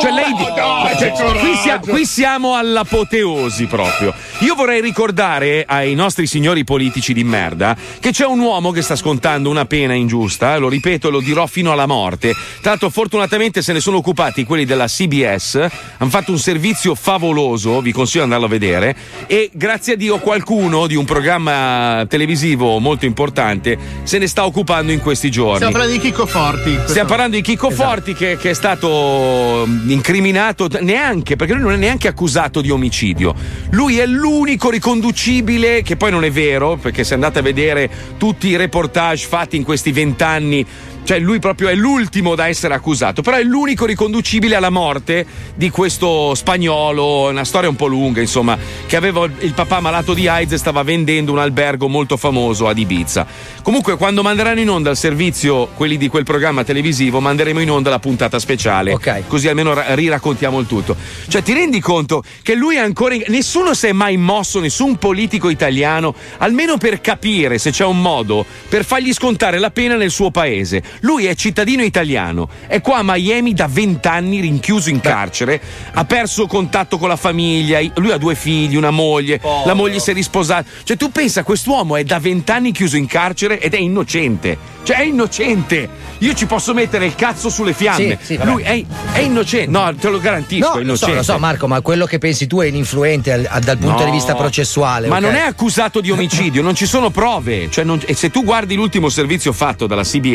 Qui siamo all'apoteosi proprio. Io vorrei ricordare ai nostri signori politici di merda che c'è un uomo che sta scontando una pena ingiusta, lo ripeto e lo dirò fino alla morte. Tra l'altro fortunatamente se ne sono occupati quelli della CBS, hanno fatto un servizio favoloso, vi consiglio di andarlo a vedere, e grazie a Dio qualcuno di un programma televisivo molto importante se ne sta occupando in questi giorni. Stiamo parlando di Chicco Forti. Stiamo parlando di Chicco Forti che è stato incriminato, neanche, perché lui non è neanche accusato di omicidio. Lui è l'unico riconducibile, che poi non è vero, perché se andate a vedere tutti i reportage fatti in questi 20 anni, cioè lui proprio è l'ultimo da essere accusato, però è l'unico riconducibile alla morte di questo spagnolo, una storia un po' lunga, insomma, che aveva il papà malato di AIDS e stava vendendo un albergo molto famoso ad Ibiza. Comunque quando manderanno in onda il servizio quelli di quel programma televisivo, manderemo in onda la puntata speciale, così almeno riraccontiamo il tutto. Cioè ti rendi conto che lui è ancora nessuno si è mai mosso, nessun politico italiano, almeno per capire se c'è un modo per fargli scontare la pena nel suo paese. Lui è cittadino italiano, è qua a Miami da 20 anni rinchiuso in carcere, ha perso contatto con la famiglia, lui ha 2 figli, una moglie, la moglie si è risposata. Cioè tu pensa, quest'uomo è da 20 anni chiuso in carcere ed è innocente. Cioè è innocente. Io ci posso mettere il cazzo sulle fiamme. Sì, lui è innocente. No, te lo garantisco, è innocente. Lo so Marco, ma quello che pensi tu è ininfluente dal punto di vista processuale. Ma non è accusato di omicidio, non ci sono prove. Cioè e se tu guardi l'ultimo servizio fatto dalla CBS,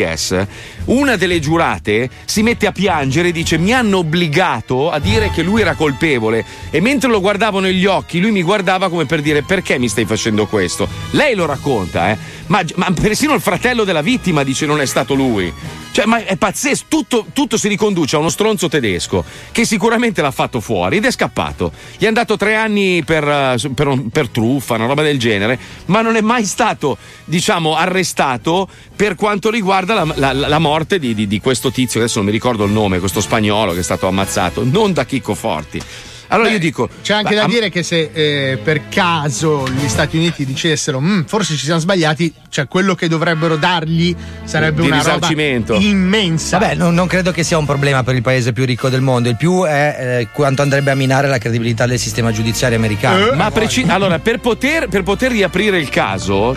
Una delle giurate si mette a piangere e dice: mi hanno obbligato a dire che lui era colpevole, e mentre lo guardavo negli occhi lui mi guardava come per dire: perché mi stai facendo questo? Lei lo racconta, ma persino il fratello della vittima dice non è stato lui. Cioè, ma è pazzesco, tutto si riconduce a uno stronzo tedesco che sicuramente l'ha fatto fuori ed è scappato. Gli hanno dato 3 anni per truffa, una roba del genere, ma non è mai stato, diciamo, arrestato per quanto riguarda la morte di questo tizio, adesso non mi ricordo il nome, questo spagnolo che è stato ammazzato, non da Chicco Forti. Allora io dico, c'è anche da dire che se per caso gli Stati Uniti dicessero forse ci siamo sbagliati, cioè quello che dovrebbero dargli sarebbe una risarcimento roba immensa. Vabbè, non credo che sia un problema per il paese più ricco del mondo, il più è quanto andrebbe a minare la credibilità del sistema giudiziario americano. Ma allora per poter riaprire il caso,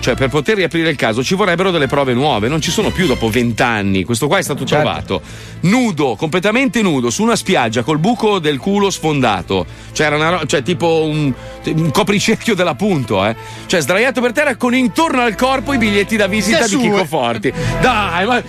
ci vorrebbero delle prove nuove, non ci sono più dopo 20 anni. Questo qua è stato trovato nudo, completamente nudo, su una spiaggia col buco del culo sfondato. Cioè tipo un copricerchio dell'appunto, cioè sdraiato per terra con intorno al corpo i biglietti da visita di Chicco Forti. Dai, ma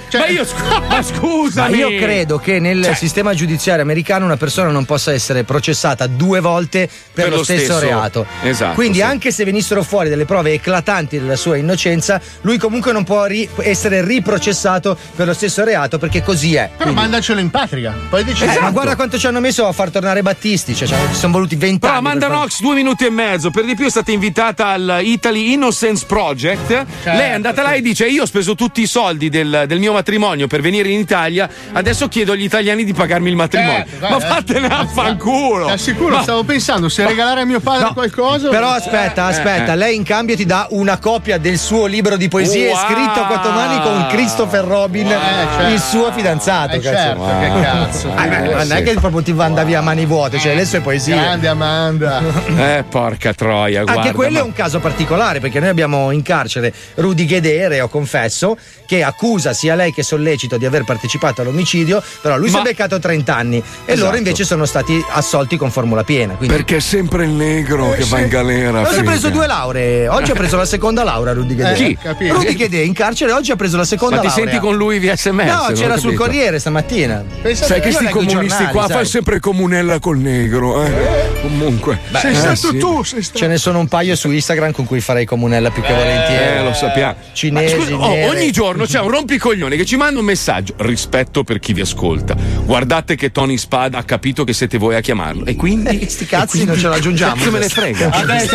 scusami. Ma io credo che nel sistema giudiziario americano una persona non possa essere processata 2 volte per lo stesso reato. Esatto. Quindi anche se venissero fuori delle prove eclatanti della sua innocenza, lui comunque non può essere riprocessato per lo stesso reato, perché così è. Però mandacelo in patria, poi decidi. Ma guarda quanto ci hanno messo a far tornare Battisti, cioè ci sono voluti 20 anni. Però Amanda Knox 2 minuti e mezzo, per di più è stata invitata al Italy Innocence Project. Certo, lei è andata là e dice: io ho speso tutti i soldi del mio matrimonio per venire in Italia, adesso chiedo agli italiani di pagarmi il matrimonio. Ma vattene a fanculo. Ti assicuro, stavo pensando se regalare a mio padre qualcosa. Però aspetta, lei in cambio ti dà una copia del suo libro di poesie scritto a 4 mani con Christopher Robin, il suo fidanzato. Certo, che cazzo. Non è che proprio ti andavi a mani vuote, cioè le sue poesie. Grande Amanda. Porca troia, guarda. Anche quello è un caso particolare, perché noi abbiamo in carcere Rudy Ghedè, reo confesso, che accusa sia lei che Sollecito di aver partecipato all'omicidio, però lui si è beccato 30 anni e loro invece sono stati assolti con formula piena. Quindi... Perché è sempre il negro che va in galera. Oggi ha preso 2 lauree, oggi ha preso la seconda laurea Rudy Ghedè. Chi? Rudy Ghedè in carcere oggi ha preso la seconda laurea. Ma ti senti con lui via SMS? No, c'era sul Corriere stamattina. Sai che sti comunisti qua fanno sempre comunella col negro, Comunque. Sei stato tu, Ce ne sono un paio su Instagram con cui farei comunella più che volentieri. Lo sappiamo. Cinesi. Scusa, ogni giorno c'è un rompicoglione che ci manda un messaggio: rispetto per chi vi ascolta. Guardate che Tony Spada ha capito che siete voi a chiamarlo. E quindi sti cazzi non ce l'aggiungiamo. Che me ne frega.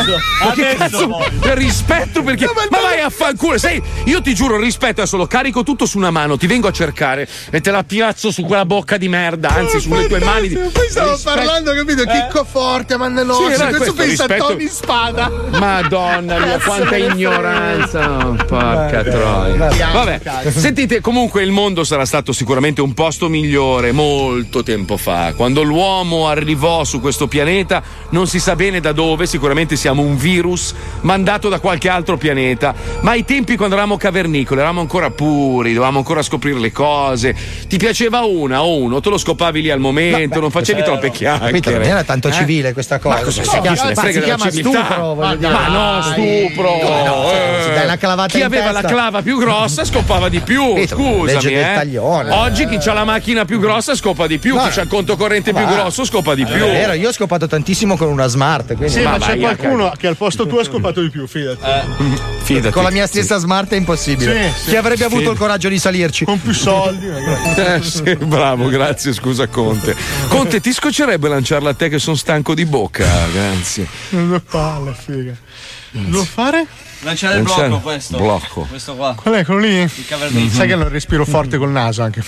Adesso rispetto perché. Ma vai a fanculo. Sai, io ti giuro, rispetto, adesso lo carico tutto su una mano, ti vengo a cercare e te la piazzo su quella bocca di merda, anzi sulle tue mani. Poi stavo parlando, capito? Chicco Forte, Amanda Knox. Adesso pensa a Tony Spada. Madonna mia, quanta ignoranza. Porca troia. Vabbè, sentite, comunque il mondo sarà stato sicuramente un posto migliore molto tempo fa. Quando l'uomo arrivò su questo pianeta, non si sa bene da dove, sicuramente siamo un virus mandato da qualche altro pianeta. Ma ai tempi, quando eravamo cavernicoli, eravamo ancora puri, dovevamo ancora scoprire le cose. Ti piaceva una o uno, te lo scopavi lì al momento, non facevi troppe chiacchiere. Non era tanto civile questa cosa. Ma cosa si chiama stupro? Ma no, stupro. Dai una clavata chi aveva la clava più grossa scopava di più. Scusami, oggi chi ha la macchina più grossa scopa di più, chi ha il conto corrente più grosso scopa di più. È vero, io ho scopato tantissimo con una Smart. Sì, ma c'è qualcuno che al posto tuo ha scopato di più, fidati. Con la mia stessa Smart è impossibile. Chi avrebbe avuto il coraggio di salirci? Con più soldi. Sì, bravo, grazie, scusa Conte. Conte, ti scoccerebbe lanciarla a te che sono stanco di bocca, grazie. Non palle, figa. Devo fare? Lanciare il blocco, questo. Blocco. Questo qua. Qual è quello lì? Il cavernicolo. Sai che non respiro forte col naso anche.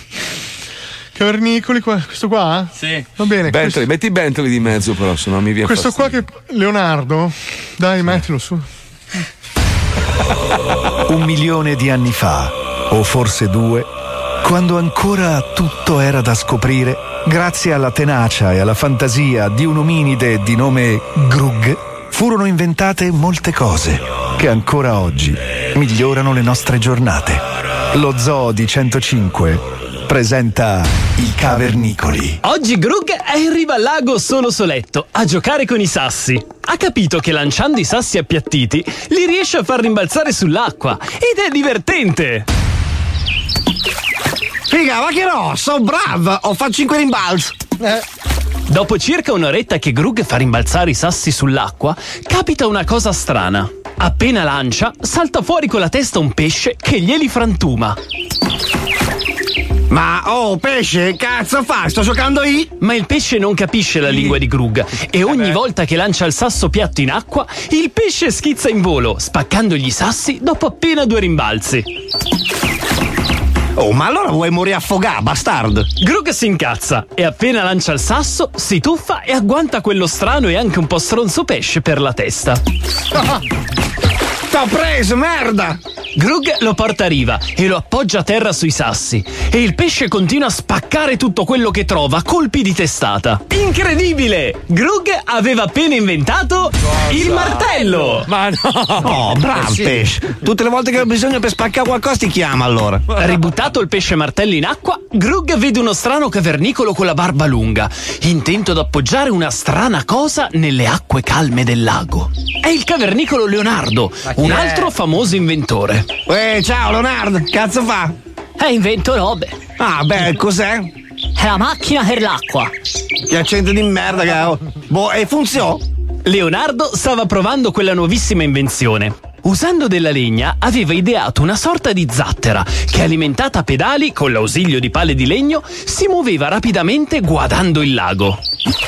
Cavernicoli, questo qua? Sì. Va bene. Bentley, metti Bentley di mezzo però, se no mi viene questo fastidio. qua che Leonardo, dai, mettilo su. 1 milione di anni fa, o forse 2, quando ancora tutto era da scoprire, grazie alla tenacia e alla fantasia di un ominide di nome Grug, furono inventate molte cose che ancora oggi migliorano le nostre giornate. Lo Zoo di 105 presenta i Cavernicoli. Oggi Grug è in riva al lago solo soletto a giocare con i sassi. Ha capito che lanciando i sassi appiattiti li riesce a far rimbalzare sull'acqua ed è divertente. Figa, ma che no, so bravo, ho fatto 5 rimbalzi. Dopo circa un'oretta che Grug fa rimbalzare i sassi sull'acqua, capita una cosa strana. Appena lancia, salta fuori con la testa un pesce che glieli frantuma. Ma pesce, cazzo fa? Sto giocando io? Ma il pesce non capisce la lingua di Grug e ogni volta che lancia il sasso piatto in acqua, il pesce schizza in volo, spaccandogli i sassi dopo appena 2 rimbalzi. Oh, ma allora vuoi morire affogato, bastardo? Grug si incazza e appena lancia il sasso, si tuffa e agguanta quello strano e anche un po' stronzo pesce per la testa. T'ho preso, merda! Grug lo porta a riva e lo appoggia a terra sui sassi e il pesce continua a spaccare tutto quello che trova a colpi di testata. Incredibile! Grug aveva appena inventato il martello! Ma no! Oh, bravo pesce! Tutte le volte che ho bisogno per spaccare qualcosa ti chiama allora. Ributtato il pesce martello in acqua, Grug vede uno strano cavernicolo con la barba lunga, intento ad appoggiare una strana cosa nelle acque calme del lago. È il cavernicolo Leonardo, un altro famoso inventore. Ciao Leonardo, cazzo fa? Invento robe. Ah, beh, cos'è? È la macchina per l'acqua. Che accento di merda che ho. E funziona? Leonardo stava provando quella nuovissima invenzione. Usando della legna aveva ideato una sorta di zattera che, alimentata a pedali con l'ausilio di pale di legno, si muoveva rapidamente guardando il lago.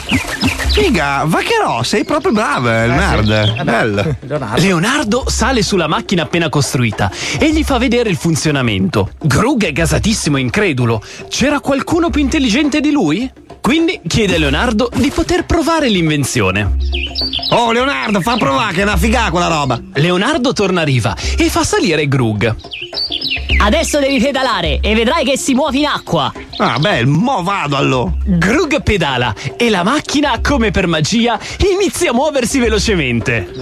Figa, Vaccherò, sei proprio bravo, il nerd. Sì. Bello. Leonardo sale sulla macchina appena costruita e gli fa vedere il funzionamento. Grug è gasatissimo e incredulo. C'era qualcuno più intelligente di lui? Quindi chiede a Leonardo di poter provare l'invenzione. Oh Leonardo, fa provare che è una figata quella roba. Leonardo torna a riva e fa salire Grug. Adesso devi pedalare e vedrai che si muove in acqua. Ah, beh, mo vado allora. Grug pedala e la macchina, come per magia, inizia a muoversi velocemente.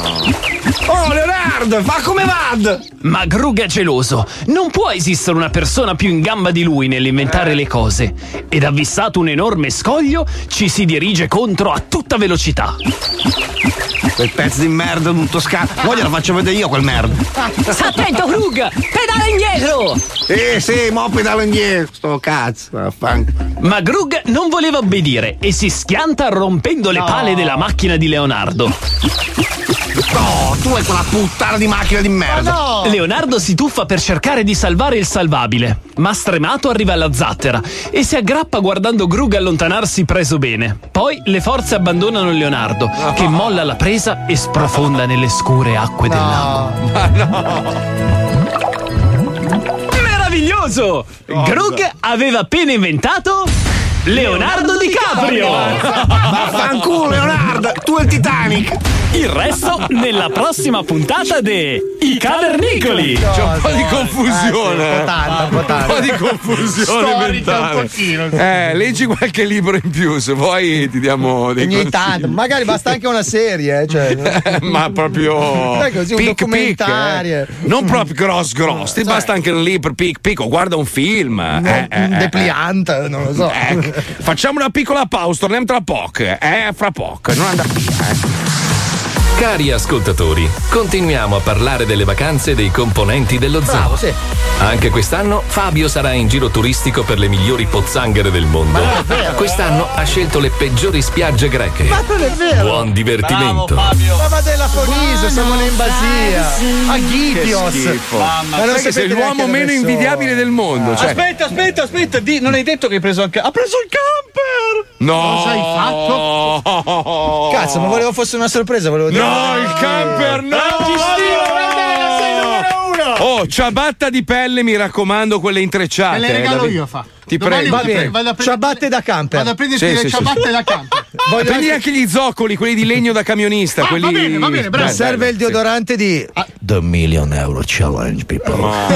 Oh Leonardo, fa come vado! Ma Grug è geloso. Non può esistere una persona più in gamba di lui nell'inventare le cose. Ed avvissato un enorme scoglio, ci si dirige contro a tutta velocità. Quel pezzo di merda tutto scatto. Poi glielo faccio vedere io quel merda. Sta attento Grug, pedala indietro. Sì, mo pedalo indietro. Sto cazzo. Ma Grug non voleva obbedire e si schianta rompendo le pale della macchina di Leonardo. No, tu hai quella puttana di macchina di merda. No. Leonardo si tuffa per cercare di salvare il salvabile, ma stremato arriva alla zattera e si aggrappa guardando Grug allontanarsi preso bene. Poi le forze abbandonano Leonardo, che molla la presa e sprofonda nelle scure acque del lago. Ma no! Meraviglioso! Grug aveva appena inventato Leonardo DiCaprio! Vaffanculo Leonardo, tu e il Titanic! Il resto nella prossima puntata de I Cavernicoli. C'è un po' di confusione. Un po' di confusione mentale. Leggi qualche libro in più, se vuoi ti diamo dei ogni tanto. Magari basta anche una serie, cioè. Ma proprio così, un documentario. Non proprio gross. Ti basta anche un libro pic, guarda un film. Un depliant, non lo so. Facciamo una piccola pausa, torniamo tra poco. Fra poco, non andare via. Cari ascoltatori, continuiamo a parlare delle vacanze dei componenti dello zoo. Bravo, sì. Anche quest'anno Fabio sarà in giro turistico per le migliori pozzanghere del mondo. Ma non è vero. Quest'anno ha scelto le peggiori spiagge greche. Ma non è vero. Buon divertimento. Ma della Foniso, siamo in Basia. A Ghidios. Ma non sei l'uomo meno invidiabile del mondo. Cioè. Aspetta. Non hai detto che hai preso anche. Ha preso il camper! No! Cosa hai fatto? Cazzo, ma volevo fosse una sorpresa, volevo dire. No, il camper, no! Oh, ciabatta di pelle, mi raccomando, quelle intrecciate. Me le regalo io, fa. Ti prego. Va bene, ciabatte da camper. Vado a prenderti le ciabatte da camper. Prendi anche gli zoccoli, quelli di legno da camionista. Quelli... Va bene, bravo. Serve il deodorante di The $1 Million Challenge, people.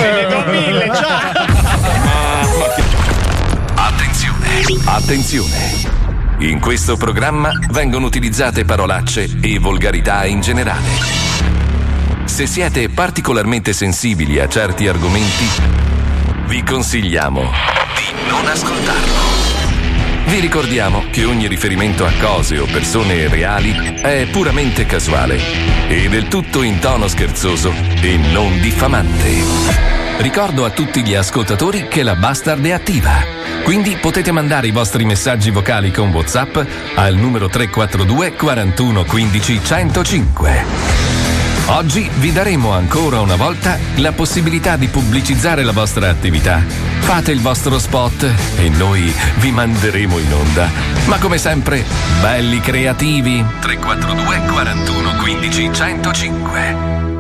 Attenzione! In questo programma vengono utilizzate parolacce e volgarità in generale. Se siete particolarmente sensibili a certi argomenti, vi consigliamo di non ascoltarlo. Vi ricordiamo che ogni riferimento a cose o persone reali è puramente casuale e del tutto in tono scherzoso e non diffamante. Ricordo a tutti gli ascoltatori che la Bastard è attiva. Quindi potete mandare i vostri messaggi vocali con WhatsApp al numero 342 41 15 105. Oggi vi daremo ancora una volta la possibilità di pubblicizzare la vostra attività. Fate il vostro spot e noi vi manderemo in onda. Ma come sempre, belli creativi. 342 41 15 105.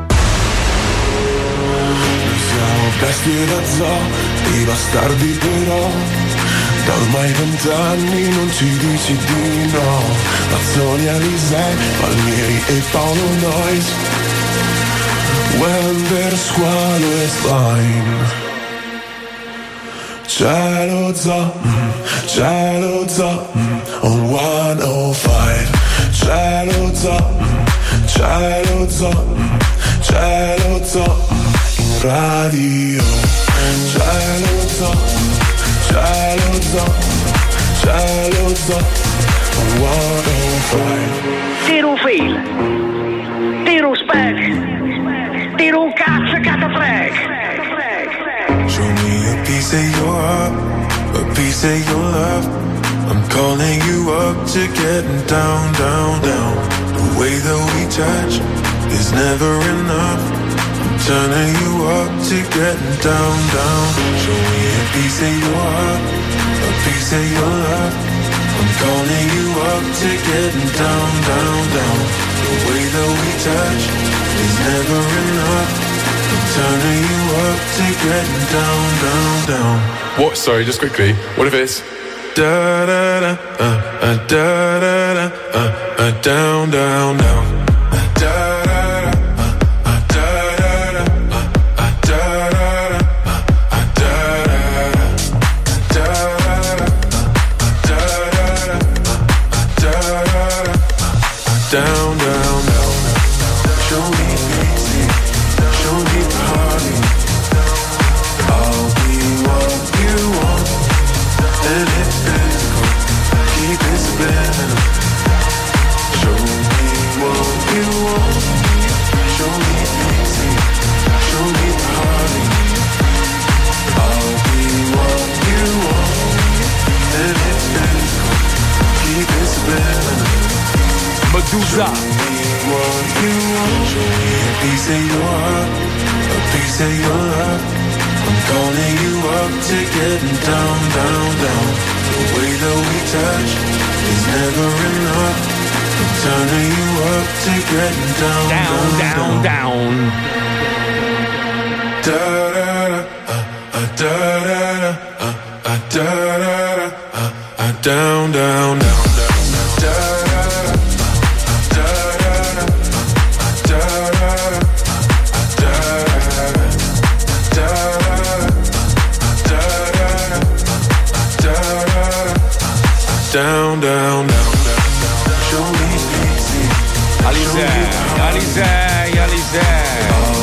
Siamo bestie da zoo, i bastardi però. Da ormai 20 anni non ci dici di no. Mazzoni, Alisei, Palmieri e Paolo Noyes. When their squalo is fine. Cielo zoo, on 105. Cielo zoo, in radio. Cielo zoo, on 105. Tira un fil, tira un spec, tira un cazzo che te frega. Show me a piece of your heart, a piece of your love. I'm calling you up to getting down, down, down. The way that we touch is never enough. I'm turning you up to getting down, down. Show me a piece of your heart, a piece of your love. I'm calling you up to getting down, down, down. The way that we touch is never enough. I'm turning you up to getting down, down, down. What? Sorry, just quickly. What if it's da da da da da da down, down, down. Da da down, down, down. Show me easy, show me party. I'll be what you want, and it's physical. Keep it spinning. Show me what you want. Show me easy, show me party. I'll be what you want, and it's physical. Keep it spinning. Medusa. Show me what you want. Show me a piece of your heart, a piece of your love. I'm calling you up to getting down, down, down. The way that we touch is never enough. I'm turning you up to getting down, down, down, down. Da da da da da down, down, down. Down, down, down, show me easy. Alisei.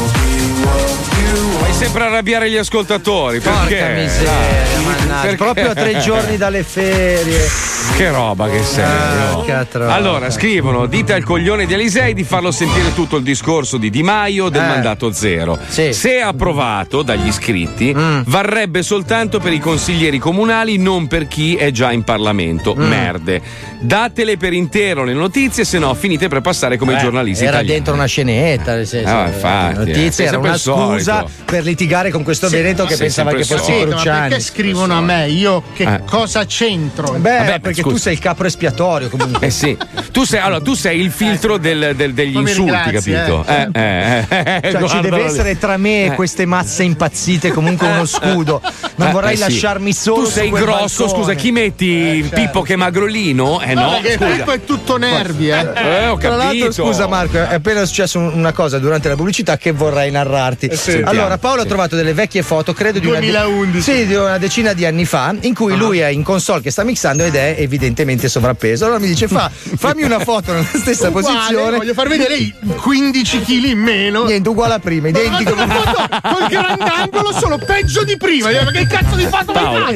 Fai sempre arrabbiare gli ascoltatori. Porca perché? miseria, mannaggia. Proprio a 3 giorni dalle ferie. Che roba che sei. Allora, scrivono: dite al coglione di Alisei di farlo sentire tutto il discorso di Di Maio del mandato zero. Sì. Se approvato dagli iscritti, varrebbe soltanto per i consiglieri comunali, non per chi è già in Parlamento. Merde. Datele per intero le notizie, se no finite per passare come giornalisti era italiani. dentro una scenetta, nel senso, infatti, le notizie era una scusa per litigare con questo Veneto che pensava che fosse Cruciani. Ma perché scrivono a me? Io che cosa c'entro? Vabbè, perché tu sei il capro espiatorio comunque. Sì. Tu sei il filtro degli insulti, capito? Cioè, ci deve essere tra me e queste mazze impazzite comunque uno scudo. Non vorrei lasciarmi solo. Tu sei grosso, balcone. scusa, chi metti Pippo che è magrolino? No, perché Pippo è tutto nervi, ho Tra capito. l'altro, scusa Marco, è appena successo una cosa durante la pubblicità che vorrei narrarti. Allora, Paolo ha trovato delle vecchie foto, credo di 2011. di una decina di anni fa, in cui lui è in console che sta mixando ed è evidentemente sovrappeso. Allora mi dice fammi una foto nella stessa uguale, posizione. voglio far vedere i 15 kg in meno. Niente, uguale a prima, identico. Una foto col grandangolo sono peggio di prima. Ma che cazzo di foto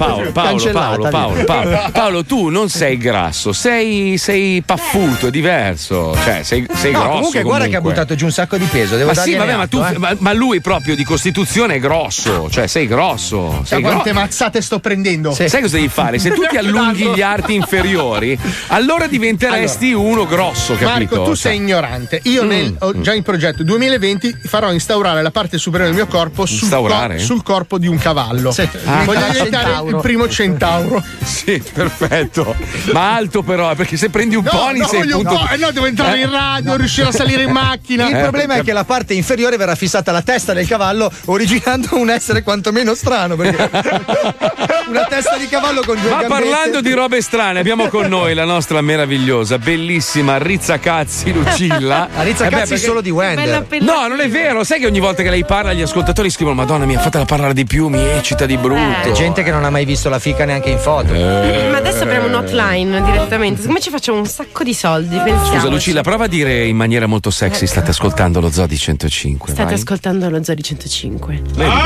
Paolo, tu non sei grasso, sei paffuto, è diverso. Cioè, sei grosso. Comunque, guarda che ha buttato giù un sacco di peso. Devo dargli ma lui proprio di costituzione è grosso. Cioè, sei grosso. Sai quante mazzate sto prendendo? Sai cosa devi fare? Se tu ti allunghi gli arti inferiori, allora diventeresti uno grosso, capito? Marco, tu sei ignorante. Io ho già in progetto 2020 farò instaurare la parte superiore del mio corpo sul corpo di un cavallo. Voglio diventare il primo centauro. Sì, perfetto. Ma alto però, perché se prendi un pony sei devo entrare in radio, riuscire a salire in macchina. Il problema è che la parte inferiore verrà fissata alla testa del cavallo, originando un essere quantomeno strano, perché una testa di cavallo con due gambette. Ma parlando di robe strane, abbiamo con noi la nostra meravigliosa, bellissima Rizzacazzi Lucilla. La Rizzacazzi solo di Wender. No, non è vero. Sai che ogni volta che lei parla gli ascoltatori scrivono: Madonna mia, fatela parlare di più, mi eccita di brutto. Gente che non ha mai visto la fica neanche in foto. Ma adesso apriamo un hotline direttamente. Siccome ci facciamo un sacco di soldi, pensiamo. Scusa Lucilla, prova a dire in maniera molto sexy: state ascoltando lo Zoo di 105. State ascoltando lo Zoo di 105.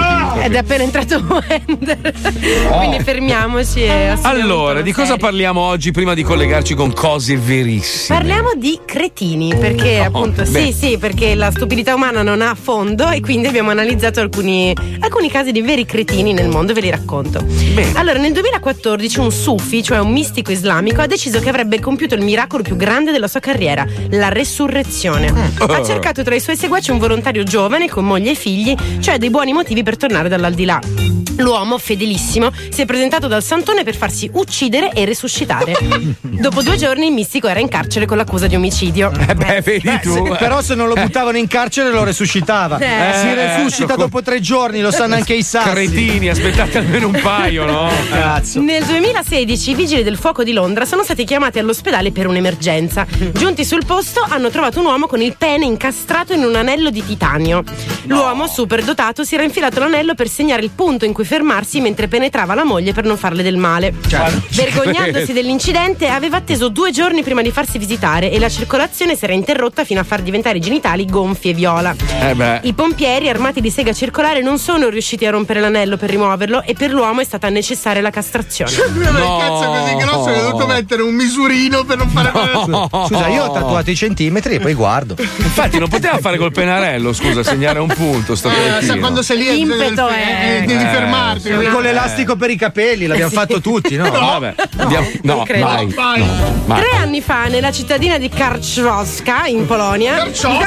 Ed è appena entrato Wender. Quindi fermiamoci e allora, di cosa parliamo oggi prima di collegarci con cose verissime? Parliamo di cretini, perché appunto perché la stupidità umana non ha fondo e quindi abbiamo analizzato alcuni casi di veri cretini nel mondo, ve li racconto. Allora, nel 2014 un sufi, cioè un mistico islamico, ha deciso che avrebbe compiuto il miracolo più grande della sua carriera, la resurrezione. Ha cercato tra i suoi seguaci un volontario giovane con moglie e figli, cioè dei buoni motivi per tornare dall'aldilà. L'uomo, fedelissimo, si è presentato dal santone per farsi uccidere e resuscitare. Dopo 2 giorni il mistico era in carcere con l'accusa di omicidio. Vedi tu. Però se non lo buttavano in carcere lo resuscitava. Si resuscita dopo 3 giorni, lo sanno anche i sassi. Cretini, aspettate almeno un paio, no? Cazzo. Nel 2016 i vigili del fuoco di Londra sono stati chiamati all'ospedale per un'emergenza. Giunti sul posto hanno trovato un uomo con il pene incastrato in un anello di titanio. L'uomo, super dotato, si era infilato l'anello per segnare il punto in cui fermarsi mentre penetrava la moglie per non farle del male. Vergognandosi dell'incidente, aveva atteso 2 giorni prima di farsi visitare e la circolazione si era interrotta fino a far diventare i genitali gonfi e viola. I pompieri, armati di sega circolare, non sono riusciti a rompere l'anello per rimuoverlo e per l'uomo è stata necessaria la castrazione. Lui aveva il cazzo così grosso che ho dovuto mettere un misurino per non fare Scusa, io ho tatuato i centimetri e poi guardo. Infatti non poteva fare col pennarello, scusa, segnare un punto sto quando sei lì l'impeto devi fermarti. Con l'elastico per i capelli l'abbiamo fatto tutti, no? Vabbè. Non credo. Mai. 3 anni fa, nella cittadina di Karczewska in Polonia,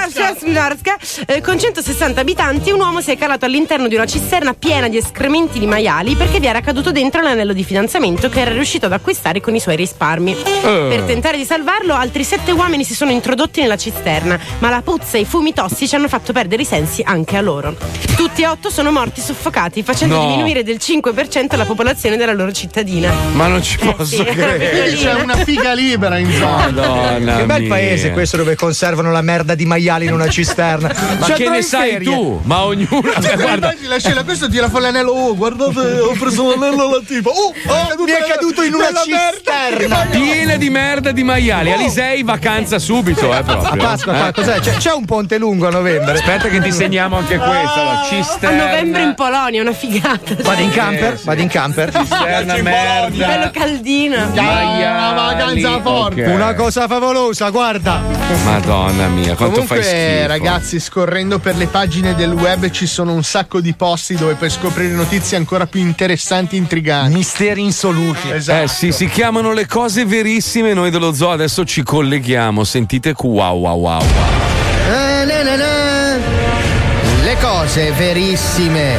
con 160 abitanti, un uomo si è calato all'interno di una cisterna piena di escrementi di maiali perché vi era caduto dentro l'anello di fidanzamento che era riuscito ad acquistare con i suoi risparmi. Per tentare di salvarlo, altri 7 uomini si sono introdotti nella cisterna, ma la puzza e i fumi tossici hanno fatto perdere i sensi anche a loro. Tutti e 8 sono morti soffocati, facendo diminuire del 5% la popolazione della loro cittadina. Ma non ci posso credere. C'è una figa libera in zona. Madonna che bel mia. paese questo dove conservano la merda di maiali in una cisterna. Ma che ne sai tu? Ma ognuno. Guarda la scena, questo tira fuori l'anello. Oh, guardate, ho preso l'anello alla tipa. Mi è caduto in una cisterna piena di merda di maiali. Alisei vacanza subito, proprio. Pasqua, cos'è? C'è un ponte lungo a novembre. Aspetta che ti segniamo anche questa. La cisterna. A novembre in Polonia, una figata. Vado in camper. Cisterna merda. Bello caldino. Vacanza forte. Una cosa favolosa, guarda. Madonna mia, quanto fai schifo. Ragazzi, scorrendo per le pagine del web ci sono un sacco di posti dove puoi scoprire notizie ancora più interessanti e intriganti. Misteri insoluti. Esatto. Sì, si chiamano le cose verissime. Noi dello Zoo adesso ci colleghiamo. Sentite wow. Le cose verissime.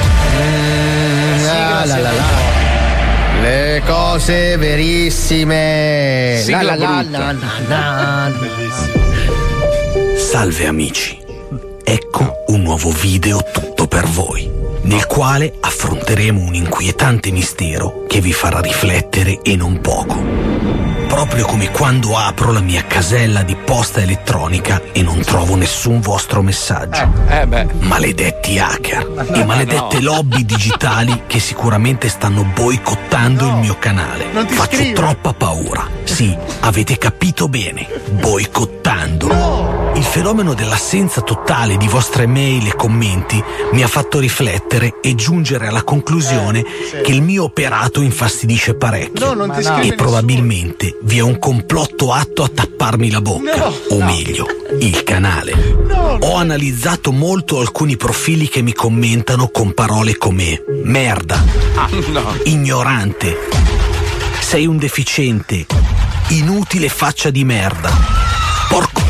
Le cose verissime. Salve amici. Ecco un nuovo video tutto per voi. nel quale affronteremo un inquietante mistero che vi farà riflettere e non poco. Proprio come quando apro la mia casella di posta elettronica e non trovo nessun vostro messaggio. Maledetti hacker e maledette lobby digitali che sicuramente stanno boicottando il mio canale. Faccio troppa paura. Sì, avete capito bene. Boicottando. Il fenomeno dell'assenza totale di vostre mail e commenti mi ha fatto riflettere e giungere alla conclusione che il mio operato infastidisce parecchio e probabilmente vi è un complotto atto a tapparmi la bocca, o meglio, il canale. Ho analizzato molto alcuni profili che mi commentano con parole come merda, ignorante, sei un deficiente, inutile faccia di merda, porco.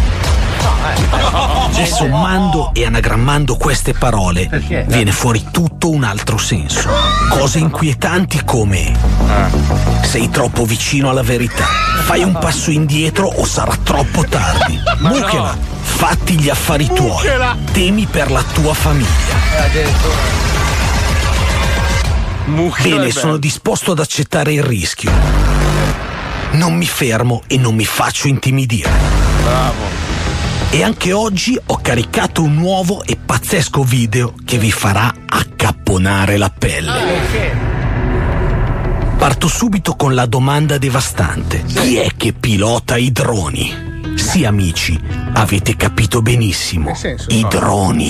E sommando e anagrammando queste parole viene fuori tutto un altro senso. Cose inquietanti come sei troppo vicino alla verità, fai un passo indietro o sarà troppo tardi, mucchela, fatti gli affari tuoi, temi per la tua famiglia. Bene, sono disposto ad accettare il rischio. Non mi fermo e non mi faccio intimidire. Bravo. E anche oggi ho caricato un nuovo e pazzesco video che vi farà accapponare la pelle. Parto subito con la domanda devastante. Chi è che pilota i droni? Sì, amici, avete capito benissimo. I droni.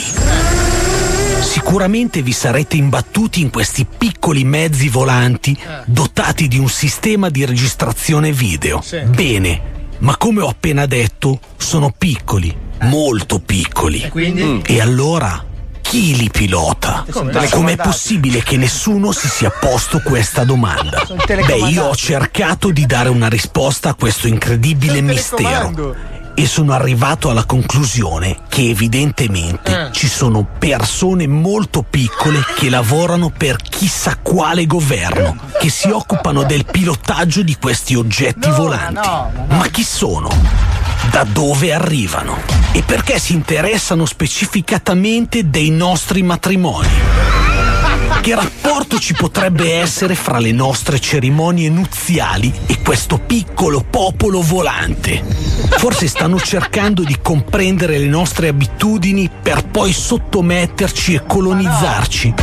Sicuramente vi sarete imbattuti in questi piccoli mezzi volanti dotati di un sistema di registrazione video. Bene. Ma come ho appena detto, sono piccoli, molto piccoli. E allora, chi li pilota? Com'è possibile che nessuno si sia posto questa domanda? Beh, io ho cercato di dare una risposta a questo incredibile mistero e sono arrivato alla conclusione che evidentemente ci sono persone molto piccole che lavorano per chissà quale governo, che si occupano del pilotaggio di questi oggetti volanti. Ma chi sono? Da dove arrivano? E perché si interessano specificatamente dei nostri matrimoni? Che rapporto ci potrebbe essere fra le nostre cerimonie nuziali e questo piccolo popolo volante? Forse stanno cercando di comprendere le nostre abitudini per poi sottometterci e colonizzarci.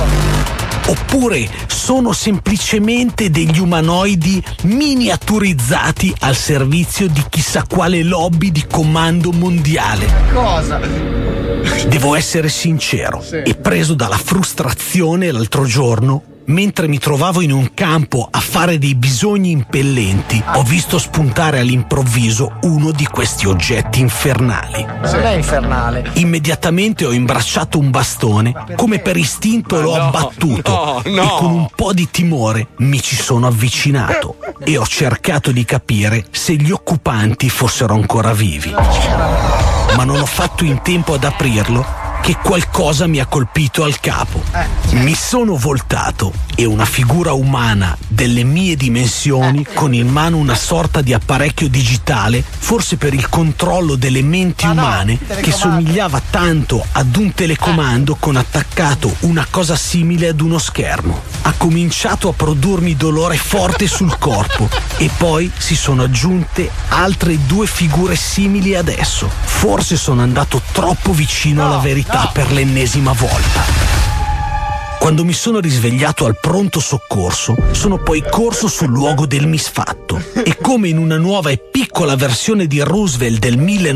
Oppure sono semplicemente degli umanoidi miniaturizzati al servizio di chissà quale lobby di comando mondiale. Cosa? Devo essere sincero, e preso dalla frustrazione l'altro giorno, mentre mi trovavo in un campo a fare dei bisogni impellenti, ho visto spuntare all'improvviso uno di questi oggetti infernali. Non è infernale. Immediatamente ho imbracciato un bastone, come per istinto l'ho abbattuto e con un po' di timore mi ci sono avvicinato e ho cercato di capire se gli occupanti fossero ancora vivi. Ma non ho fatto in tempo ad aprirlo che qualcosa mi ha colpito al capo. Mi sono voltato e una figura umana delle mie dimensioni, con in mano una sorta di apparecchio digitale, forse per il controllo delle menti umane, che somigliava tanto ad un telecomando con attaccato una cosa simile ad uno schermo. Ha cominciato a produrmi dolore forte sul corpo e poi si sono aggiunte altre due figure simili ad esso. Forse sono andato troppo vicino alla verità per l'ennesima volta. Quando mi sono risvegliato al pronto soccorso, sono poi corso sul luogo del misfatto e, come in una nuova e piccola versione di Roosevelt del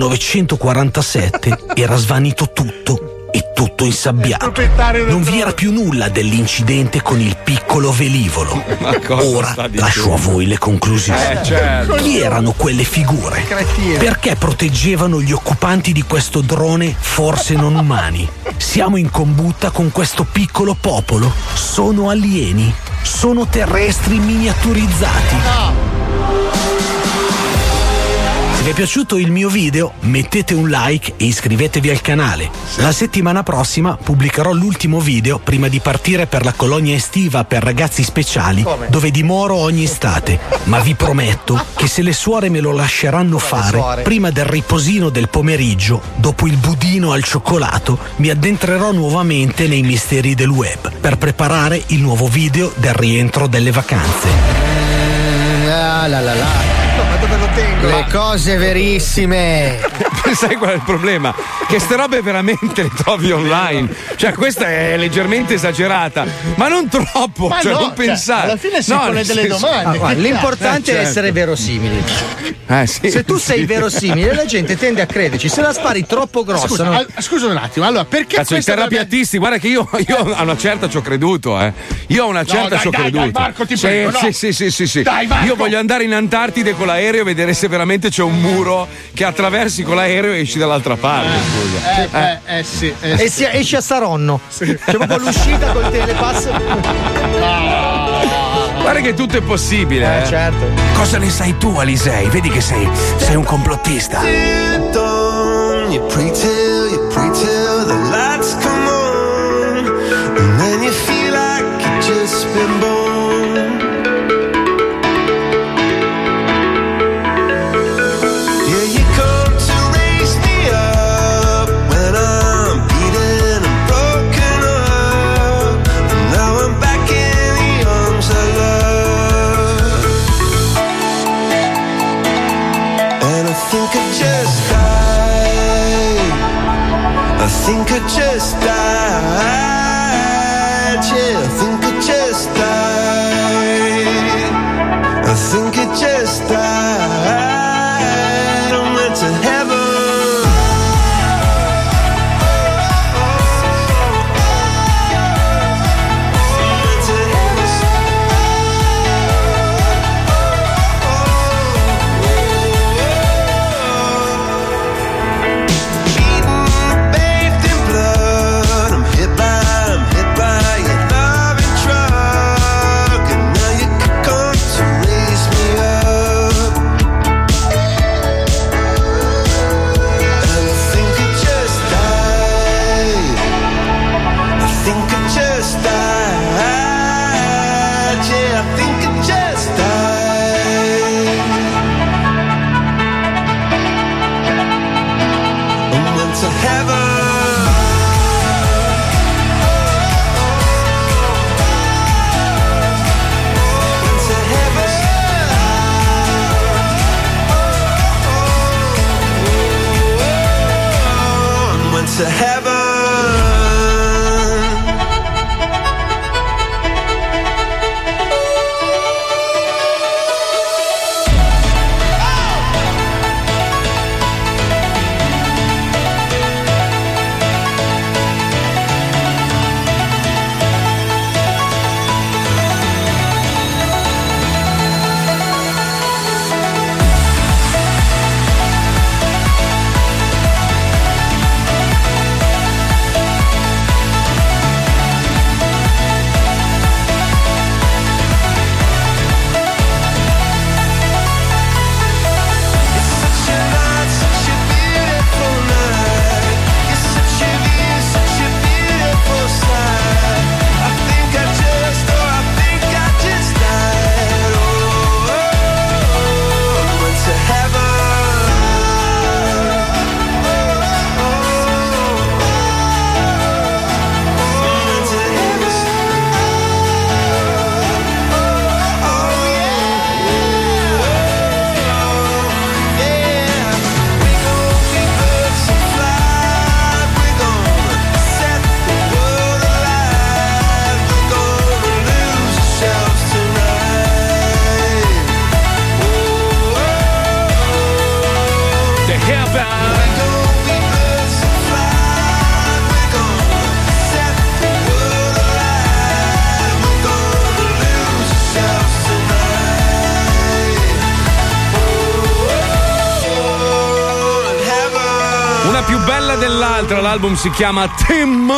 1947, era svanito tutto e tutto insabbiato. Non vi era più nulla dell'incidente con il piccolo velivolo. Ora lascio a voi le conclusioni. Chi erano quelle figure? Perché proteggevano gli occupanti di questo drone forse non umani? Siamo in combutta con questo piccolo popolo? Sono alieni? Sono terrestri miniaturizzati? vi è piaciuto il mio video, mettete un like e iscrivetevi al canale. La settimana prossima pubblicherò l'ultimo video prima di partire per la colonia estiva per ragazzi speciali, dove dimoro ogni estate. Ma vi prometto che se le suore me lo lasceranno fare, prima del riposino del pomeriggio, dopo il budino al cioccolato, mi addentrerò nuovamente nei misteri del web per preparare il nuovo video del rientro delle vacanze. Ma dove lo tengo? Le cose verissime. Sai qual è il problema? Che ste robe veramente le trovi online. Cioè, questa è leggermente esagerata, ma non troppo. Ma cioè, no, non pensare. alla fine si pone delle domande. L'importante è essere verosimili. Sì. Se tu sei verosimile, la gente tende a crederci. Se la spari troppo grossa. Scusa un attimo, allora perché Cazzo, i terrapiattisti, guarda che io a una certa ci ho creduto, Io a una certa ci ho creduto. Dai, Marco, ti prego, no. Sì. Dai, Marco. Io voglio andare in Antartide con l'aereo e vedere se veramente c'è un muro che attraversi con l'aereo e esci dall'altra parte. Scusa. Sì. E esci a Saronno. C'è proprio l'uscita col telepass. Guarda che tutto è possibile. Certo. Cosa ne sai tu, Alisei? Vedi che sei un complottista. You pray till the lights come on, and then you feel like you've just been born. Yeah, you come to raise me up when I'm beaten and broken up, and now I'm back in the arms of love, and I think I just died. I think I just died. Yeah, I think I just died. I think I just died. I went to heaven. To heaven. più bella dell'altra, l'album si chiama Tim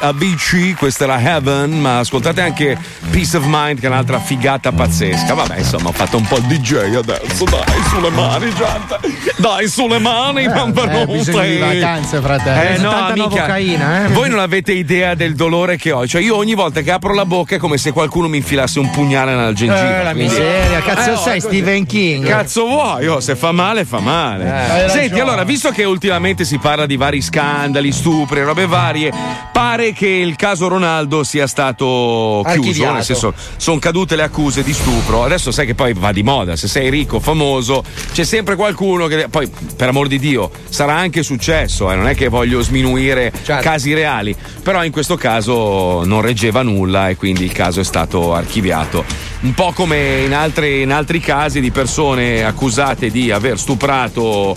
ABC, questa era Heaven, ma ascoltate anche Peace of Mind, che è un'altra figata pazzesca. Vabbè, insomma, ho fatto un po' il DJ adesso, dai, sulle mani, gente. Dai, sulle mani, bisogno di vacanze, fratello. No, tanta amica, cocaina, voi non avete idea del dolore che ho. Cioè, io ogni volta che apro la bocca è come se qualcuno mi infilasse un pugnale nella gengiva. La miseria, cazzo sei Stephen King? Cazzo vuoi? Se fa male, fa male. Senti, allora, visto che ultimamente si parla di vari scandali, stupri, robe varie, pare che il caso Ronaldo sia stato chiuso, nel senso, sono cadute le accuse di stupro. Adesso sai che poi va di moda, se sei ricco, famoso, c'è sempre qualcuno che poi, per amor di Dio, sarà anche successo, non è che voglio sminuire casi reali, però in questo caso non reggeva nulla e quindi il caso è stato archiviato. Un po' come in altri casi di persone accusate di aver stuprato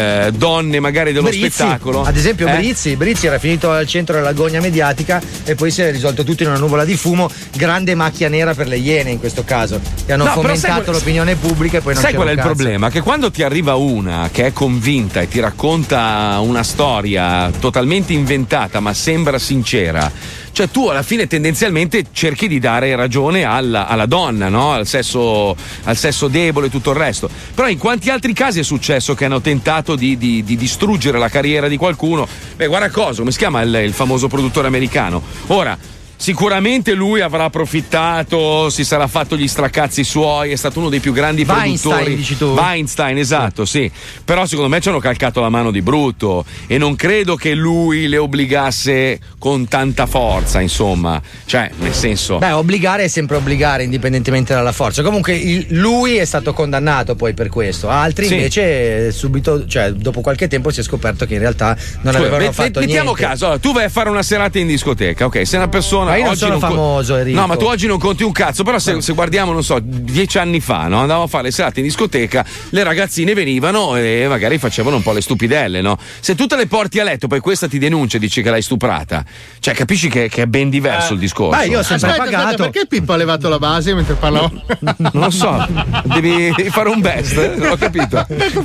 donne magari dello spettacolo. Ad esempio Brizzi era finito al centro dell'agonia mediatica e poi si è risolto tutto in una nuvola di fumo. Grande macchia nera per le Iene in questo caso, che hanno fomentato l'opinione pubblica e poi non sai qual è il cazzo. problema? Che quando ti arriva una che è convinta e ti racconta una storia totalmente inventata ma sembra sincera, cioè tu alla fine tendenzialmente cerchi di dare ragione alla donna, no? Al sesso debole e tutto il resto. Però in quanti altri casi è successo che hanno tentato di distruggere la carriera di qualcuno? Beh, guarda cosa, come si chiama il famoso produttore americano? Ora, sicuramente lui avrà approfittato, si sarà fatto gli stracazzi suoi, è stato uno dei più grandi produttori. Dici tu? Weinstein, esatto, sì. Però secondo me ci hanno calcato la mano di brutto e non credo che lui le obbligasse con tanta forza, insomma. Cioè, nel senso... Beh, obbligare è sempre obbligare, indipendentemente dalla forza. Comunque lui è stato condannato poi per questo. Altri invece subito, cioè dopo qualche tempo si è scoperto che in realtà non avevano fatto niente. Mettiamo caso, allora, tu vai a fare una serata in discoteca, ok? Sei una persona... Ma io non sono famoso, Enrico. No, ma tu oggi non conti un cazzo, però se guardiamo, non so, 10 anni fa, no? Andavamo a fare le serate in discoteca, le ragazzine venivano e magari facevano un po' le stupidelle, no? Se tu te le porti a letto, poi questa ti denuncia e dici che l'hai stuprata, cioè capisci che è ben diverso il discorso. Ma io ho sempre pagato. Perché Pippo ha levato la base mentre parlavo? Non lo so, devi fare un best, non ho capito.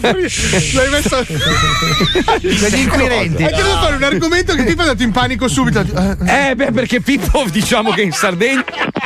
L'hai messo gli inquirenti. Hai dovuto fare un argomento che Pippo è andato in panico subito. Perché Pippo, diciamo che in Sardegna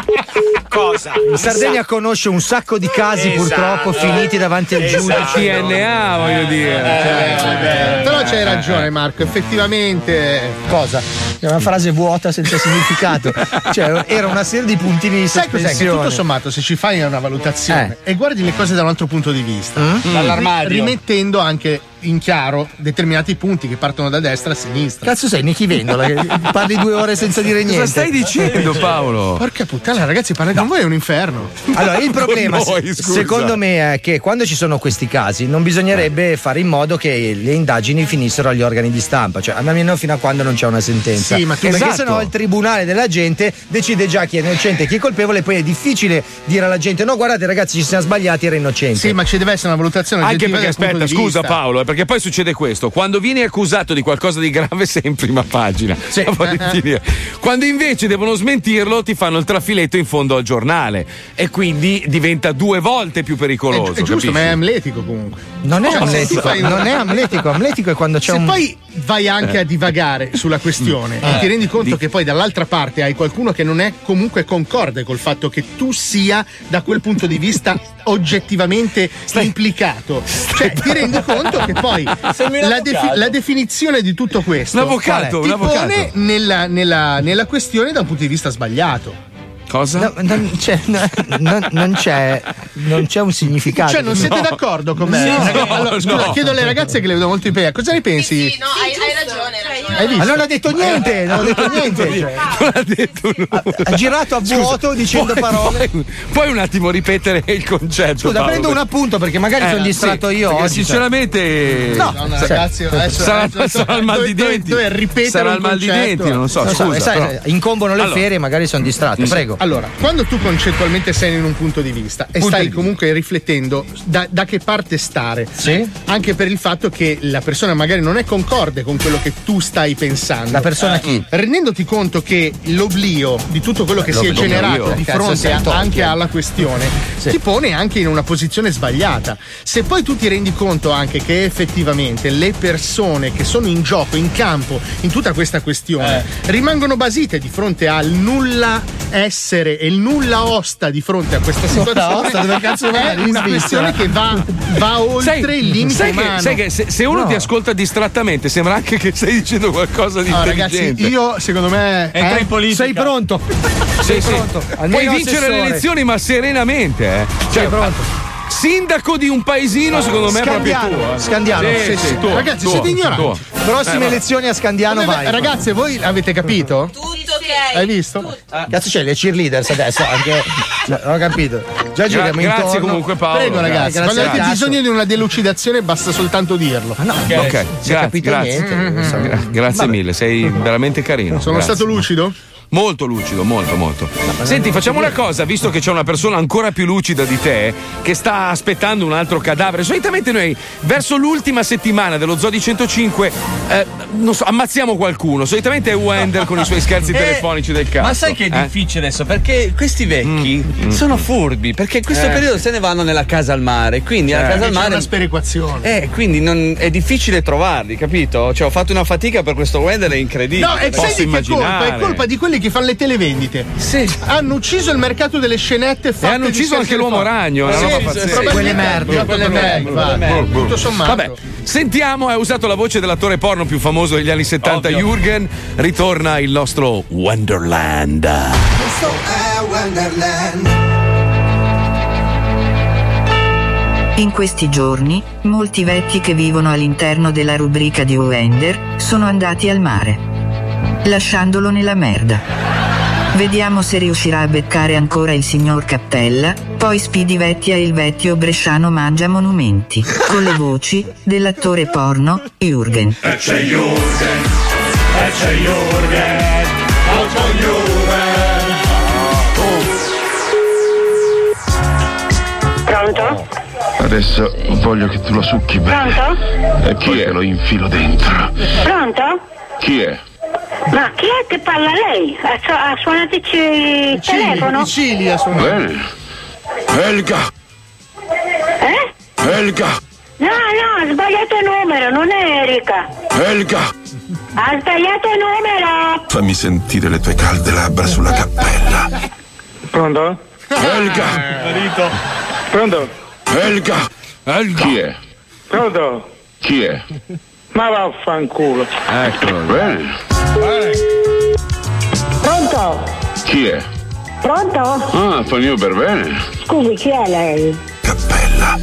in Sardegna conosce un sacco di casi purtroppo finiti davanti al giudice. DNA, voglio dire. Però c'hai ragione, Marco, effettivamente. Cosa? È una frase vuota senza significato. Cioè, era una serie di puntini di sospensione. Sai cos'è? Che tutto sommato, se ci fai una valutazione e guardi le cose da un altro punto di vista, dall'armadio, rimettendo anche in chiaro determinati punti che partono da destra a sinistra. Cazzo sei Nichi Vendola che parli 2 ore senza dire niente. Cosa stai dicendo, Paolo? Porca puttana, ragazzi, parlare con voi è un inferno. Allora, il problema secondo me è che quando ci sono questi casi non bisognerebbe fare in modo che le indagini finissero agli organi di stampa, cioè almeno fino a quando non c'è una sentenza. Sì, ma perché sennò il tribunale della gente decide già chi è innocente e chi è colpevole, poi è difficile dire alla gente no, guardate ragazzi, ci siamo sbagliati, era innocente. Sì, ma ci deve essere una valutazione anche perché aspetta, scusa vista. Paolo, perché poi succede questo: quando vieni accusato di qualcosa di grave sei in prima pagina, quando invece devono smentirlo ti fanno il trafiletto in fondo al giornale e quindi diventa 2 volte più pericoloso. È giusto, capisci? ma è amletico comunque. Non è amletico, non è amletico. Amletico è quando c'è se poi vai anche a divagare sulla questione e ti rendi conto che poi dall'altra parte hai qualcuno che non è comunque concorde col fatto che tu sia da quel punto di vista oggettivamente implicato, cioè ti rendi conto che poi la definizione di tutto questo ti pone nella questione da un punto di vista sbagliato. Cosa? Non c'è un significato. Cioè, non siete d'accordo con me? No, scusa, chiedo alle ragazze che le vedo molto in pena. Cosa ne pensi? Sì, no, hai ragione. Hai visto? Ma non ha detto niente, non ha detto nulla. Ha girato a vuoto dicendo parole. Puoi un attimo ripetere il concetto? Scusa, Paolo, prendo un appunto perché magari sono distratto io oggi. Sinceramente, no, ragazzi, adesso sarà il mal di denti. Sarà il mal di denti, non so. Scusa, incombono le ferie, magari sono distratto. Prego. Allora, quando tu concettualmente sei in un punto di vista e stai comunque riflettendo da che parte stare, anche per il fatto che la persona magari non è concorde con quello che tu stai pensando. La persona chi? Rendendoti conto che l'oblio di tutto quello che si è generato di fronte anche alla questione ti pone anche in una posizione sbagliata. Se poi tu ti rendi conto anche che effettivamente le persone che sono in gioco, in campo, in tutta questa questione rimangono basite di fronte al nulla essere e il nulla osta di fronte a questa situazione, dove cazzo è una questione che va oltre il limite umano. Sai che se uno ti ascolta distrattamente sembra anche che stai dicendo qualcosa di intelligente. Ragazzi, io secondo me entra in politica. Sei pronto? Sei pronto? Puoi vincere le elezioni ma serenamente, Sei pronto? Sindaco di un paesino, secondo me è proprio tuo. Scandiano, sì, tuo, ragazzi, tuo, siete ignoranti. tuo. Prossime elezioni a Scandiano, vai. Ragazzi, voi avete capito? Tutto ok. Hai visto? Cazzo c'è le cheerleaders adesso anche. Non ho capito. Già giriamo intorno. Grazie comunque Paolo. Prego ragazzi, quando avete bisogno di una delucidazione basta soltanto dirlo. Ok, grazie mille, sei veramente carino. Sono stato lucido? Molto lucido, molto. Senti, facciamo una cosa, visto che c'è una persona ancora più lucida di te che sta aspettando un altro cadavere. Solitamente noi verso l'ultima settimana dello Zoo di 105 non so, ammazziamo qualcuno. Solitamente è Wender con i suoi scherzi telefonici del cazzo. Ma sai che è difficile adesso? Perché questi vecchi sono furbi, perché in questo periodo se ne vanno nella casa al mare, quindi alla casa al mare c'è una sperequazione. Quindi è difficile trovarli, capito? Cioè ho fatto una fatica per questo Wender, è incredibile. No, e sai di che colpa? È colpa di quelli che fanno le televendite. Sì. Hanno ucciso il mercato delle scenette fatte. E hanno ucciso anche l'uomo ragno. Quelle merde. Tutto sommato. Vabbè, sentiamo, ha usato la voce dell'attore porno più famoso degli anni 70, Jürgen. Ritorna il nostro Wonderland. Questo è Wonderland. In questi giorni, molti vecchi che vivono all'interno della rubrica di Wender sono andati al mare, lasciandolo nella merda. Vediamo se riuscirà a beccare ancora il signor Cappella, poi Speedy Vettia e il vecchio bresciano mangia monumenti, con le voci dell'attore porno Jürgen. E c'è Jürgen, Otto Jürgen. Pronto? Adesso voglio che tu lo succhi bene. Pronto? E poi te lo infilo dentro. Pronto? Chi è? Ma chi è che parla lei? Ha suonato il telefono? Cili ha suonato. Bene. Elga! Elga! No, ha sbagliato il numero, non è Erika. Elga! Ha sbagliato il numero. Fammi sentire le tue calde labbra sulla cappella. Pronto? Elga! Pronto? Elga! Chi è? Pronto? Chi è? Ma vaffanculo. Eccolo. Bene. Pronto? Chi è? Pronto? Ah, fa il mio per bene. Scusi, chi è lei? Cappella.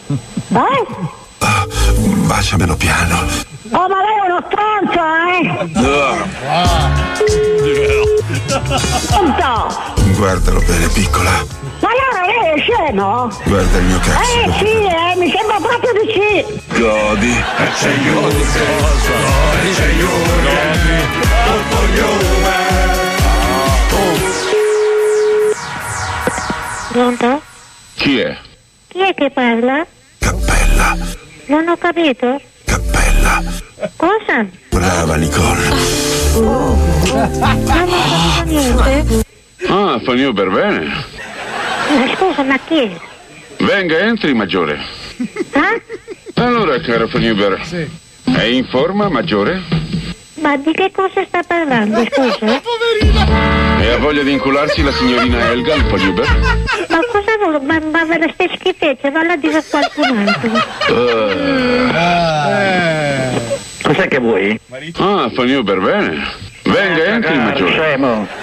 Baciamelo piano. Oh, ma lei è uno stronzo, Pronto? Guardalo bene, piccola. Ma allora lei è scemo? Guarda il mio cazzo. Sì, mi sembra proprio di sì. Godi. E c'è Pronto? Chi è? Chi è che parla? Cappella. Non ho capito. Cappella. Cosa? Brava, Nicole. Non ho capito niente. Ah, fa il mio per bene. Scusa, ma chi è? Venga, entri, maggiore. Allora, caro Faniber, è in forma, maggiore? Ma di che cosa sta parlando, scusa? E ha voglia di incularsi la signorina Elga, il Faniber? Ma cosa vuole? Ma ve la stai schifezza, valla a dire a qualcun altro. Cos'è che vuoi? Ah, Faniber, bene. Venga, entri, maggiore.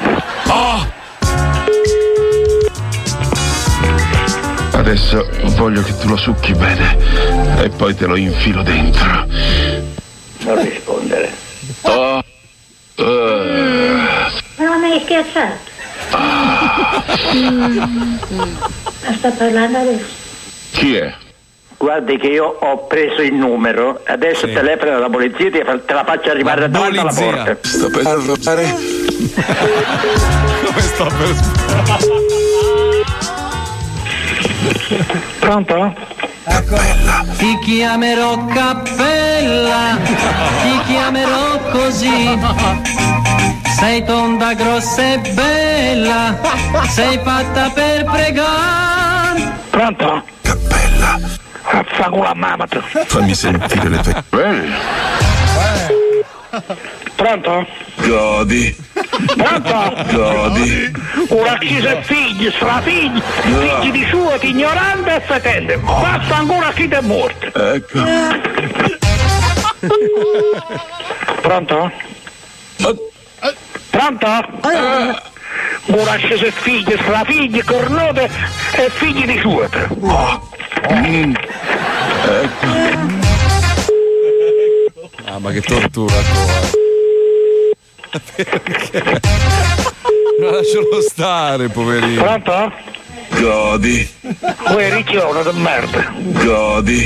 Adesso voglio che tu lo succhi bene e poi te lo infilo dentro. Non rispondere. Oh. Ma non hai scherzato? Ma sta parlando adesso? Chi è? Guardi che io ho preso il numero, adesso telefono alla polizia e te la faccio arrivare davanti alla porta. Sto per arrotare Come sto per Pronto? Cappella. Ti chiamerò Cappella, ti chiamerò così. Sei tonda, grossa e bella, sei fatta per pregare. Pronto? Cappella. Affanculo a mamma. Fammi sentire le tue. Pronto? Godi. Pronto? Godi. Ora ci sei figli, strafigli, figli di suo, ignorante e fetente. Basta ancora chi ti è morto. Ecco. Pronto? Pronto? Ora ci sei figli, strafigli, cornote e figli di suo. Ecco. Ah, ma che tortura ancora. Perché? Ma lascialo stare, poverino. Pronto? Godi. Uè, ricchione di merda. Godi.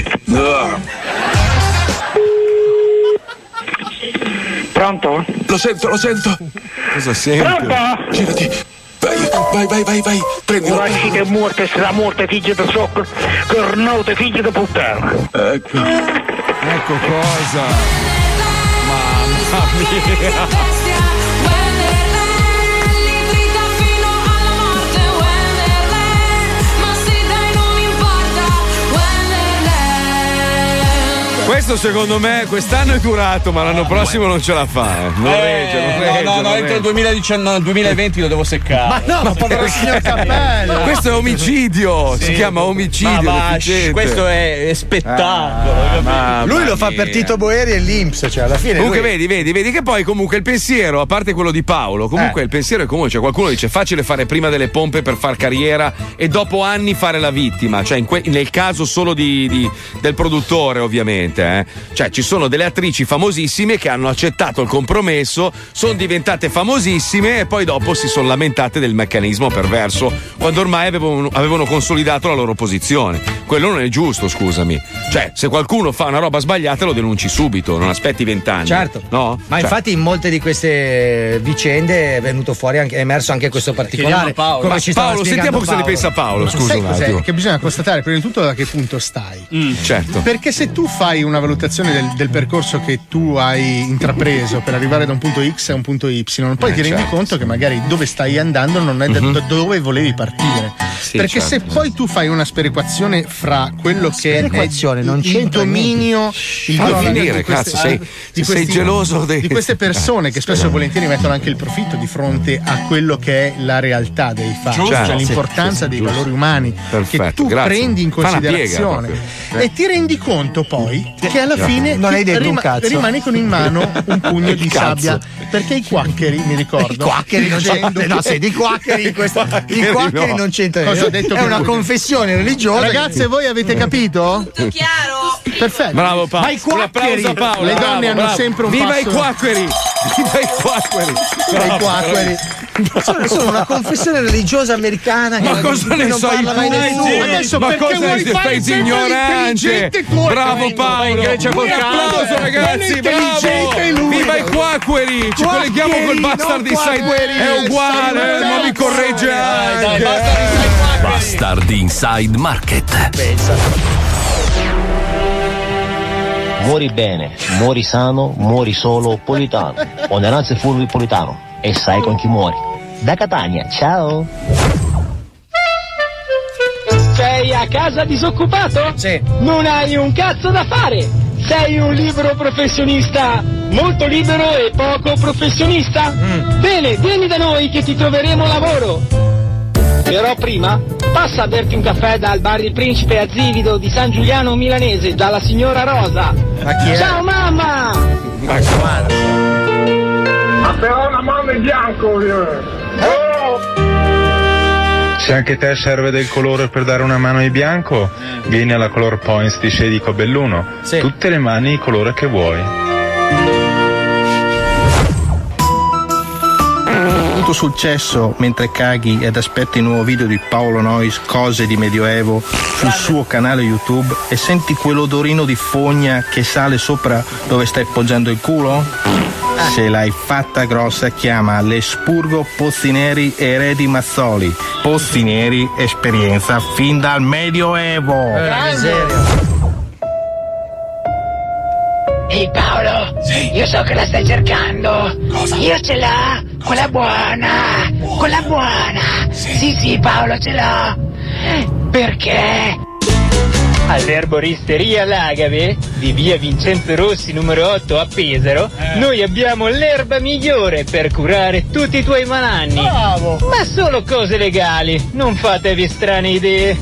Pronto? Lo sento. Cosa senti? Pronto? Girati. Vai. Prendilo. Ora ci che morte, sarà morte, figli di socco, cornote, figli di puttana. Ecco. Ecco cosa. Mamma mia. Questo secondo me quest'anno è durato, ma l'anno prossimo non ce la fa. Non regge. No, entro il 2020 lo devo seccare. Ma no, povero signor Cappella. Questo è omicidio, si chiama omicidio. Questo è spettacolo. Lui lo fa per Tito Boeri e l'Inps, cioè alla fine. Comunque vedi che poi comunque il pensiero, a parte quello di Paolo, comunque il pensiero è comune, cioè qualcuno dice facile fare prima delle pompe per far carriera e dopo anni fare la vittima, cioè nel caso solo del produttore ovviamente. Cioè ci sono delle attrici famosissime che hanno accettato il compromesso, sono diventate famosissime e poi dopo si sono lamentate del meccanismo perverso quando ormai avevano consolidato la loro posizione. Quello non è giusto, scusami. Cioè se qualcuno fa una roba sbagliata lo denunci subito, non aspetti 20 anni. Certo. No? Ma infatti in molte di queste vicende è venuto fuori è emerso anche questo particolare. Paolo, sentiamo cosa ne pensa Paolo. Scusa un attimo. Che bisogna constatare prima di tutto da che punto stai. Certo. Perché se tu fai una valutazione del percorso che tu hai intrapreso per arrivare da un punto X a un punto Y, poi ti rendi conto che magari dove stai andando non è da dove volevi partire. Perché se poi tu fai una sperequazione fra quello che è il dominio sei geloso di queste persone che spesso e volentieri mettono anche il profitto di fronte a quello che è la realtà dei fatti, cioè l'importanza dei valori umani che tu prendi in considerazione e ti rendi conto poi che alla fine non hai detto un cazzo. Rimani con in mano un pugno di sabbia, perché i quaccheri, mi ricordo, i quaccheri non c'entrano. I quaccheri non c'entrano. Cosa ho detto? È una confessione religiosa. Ragazze, voi avete capito? Tutto chiaro? Perfetto. Bravo Paolo. Ma i quaccheri, un applauso a Paolo. le donne hanno sempre un Viva passo. i quacqueri! Viva i quacqueri! I quacqueri. Sono una confessione religiosa americana. Ma cosa ne so parla mai nessuno. Adesso ma perché cosa vuoi ne fare sei ignorante? Bravo Paolo. Un applauso ragazzi, bravo. Viva i quacqueri! Ci colleghiamo col bastard di Inside. È uguale, ma mi corregge anche. Bastard Inside Market. Muori bene, muori sano, muori solo Politano. Oneranze Fulvi Politano. E sai con chi muori. Da Catania, ciao! Sei a casa disoccupato? Sì. Non hai un cazzo da fare? Sei un libero professionista? Molto libero e poco professionista? Bene, vieni da noi che ti troveremo lavoro. Però prima passa a berti un caffè dal bar Il Principe a Zivido di San Giuliano Milanese dalla signora Rosa. Ma chi è? Ciao mamma! Ma però una mano in bianco. Se anche te serve del colore per dare una mano di bianco, vieni alla Color Points di Scedico Belluno. Sì. Tutte le mani di colore che vuoi. Tutto successo mentre caghi ed aspetti il nuovo video di Paolo Nois, Cose di Medioevo, sul suo canale YouTube e senti quell'odorino di fogna che sale sopra dove stai appoggiando il culo? Se l'hai fatta grossa, chiama l'Espurgo Pozzi Neri Eredi Mazzoli. Pozzi Neri, esperienza fin dal Medioevo. Ehi Paolo, sì. Io so che la stai cercando. Cosa? Io ce l'ho, quella buona, quella buona. Sì Paolo, ce l'ho. Perché? All'erboristeria L'Agave di via Vincenzo Rossi numero 8 a Pesaro noi abbiamo l'erba migliore per curare tutti i tuoi malanni. Bravo! Ma solo cose legali, non fatevi strane idee.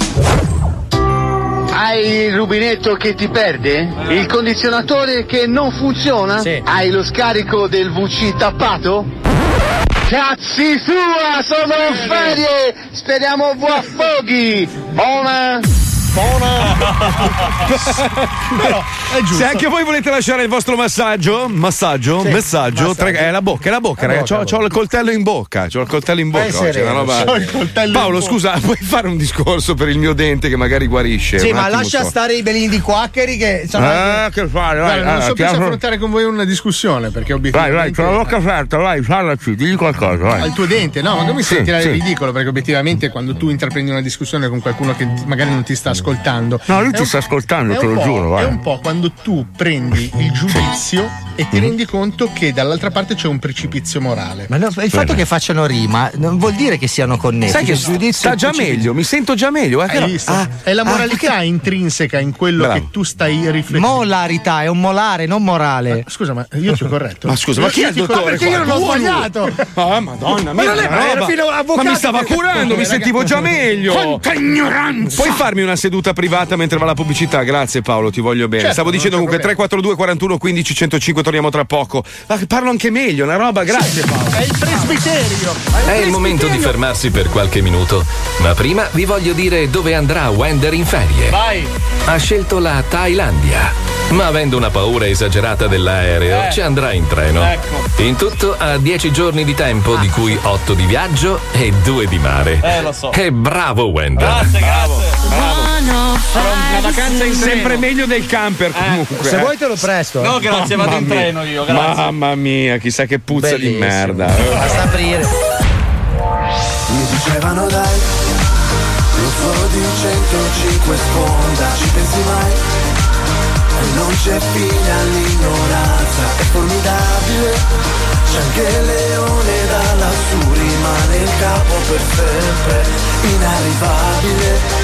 Hai il rubinetto che ti perde? Il condizionatore che non funziona? Sì. Hai lo scarico del VC tappato? Cazzi sua, sono in ferie! Speriamo voi affoghi! Buona! Però è giusto. Se anche voi volete lasciare il vostro messaggio, è la bocca, ragazzi. C'ho il coltello in bocca. C'ho una roba. Paolo, scusa, puoi fare un discorso per il mio dente che magari guarisce? Sì, ma lascia stare i belini di quaccheri che sono. Che fare? Guarda, non so più se affrontare con voi una discussione perché obiettivamente. Vai, c'ho la bocca aperta, vai, parlaci, digli qualcosa, vai. Al tuo dente, no, ma come sentirai ridicolo perché obiettivamente quando tu intraprendi una discussione con qualcuno che magari non ti sta ascoltando. No, lui ti sta ascoltando, te lo giuro. È un po' quando tu prendi il giudizio e ti rendi conto che dall'altra parte c'è un precipizio morale. Ma no, il fatto che facciano rima non vuol dire che siano connessi. Sai che sta già meglio, mi sento già meglio. Hai visto? È la moralità intrinseca in quello che tu stai riflettendo. Molarità, è un molare, non morale. Scusa, ma io ti ho corretto. Ma scusa, ma chi è il dottore? Perché io non ho sbagliato. Madonna mia, ma mi stava curando, mi sentivo già meglio. Quanta ignoranza! Puoi farmi una seduta privata mentre va la pubblicità? Grazie Paolo, ti voglio bene. Certo, stavo dicendo comunque 342 41 15 105, torniamo tra poco. Ma parlo anche meglio, una roba, grazie Paolo. È il presbiterio. È il momento di fermarsi per qualche minuto, ma prima vi voglio dire dove andrà Wender in ferie. Vai! Ha scelto la Thailandia, ma avendo una paura esagerata dell'aereo ci andrà in treno. Ecco. In tutto ha 10 giorni di tempo, di cui 8 di viaggio e 2 di mare. Lo so. E bravo Wender. Grazie. Farò una vacanza in sempre meglio del camper comunque. Se vuoi te lo presto. No, grazie, vado in treno io, grazie. Mamma mia, chissà che puzza di merda. Basta aprire. Mi dicevano dai, non solo di 105 sponda, ci pensi mai? E non c'è fine all'ignoranza, è formidabile. C'è anche il leone da lassù, rimane il capo per sempre, inarrivabile.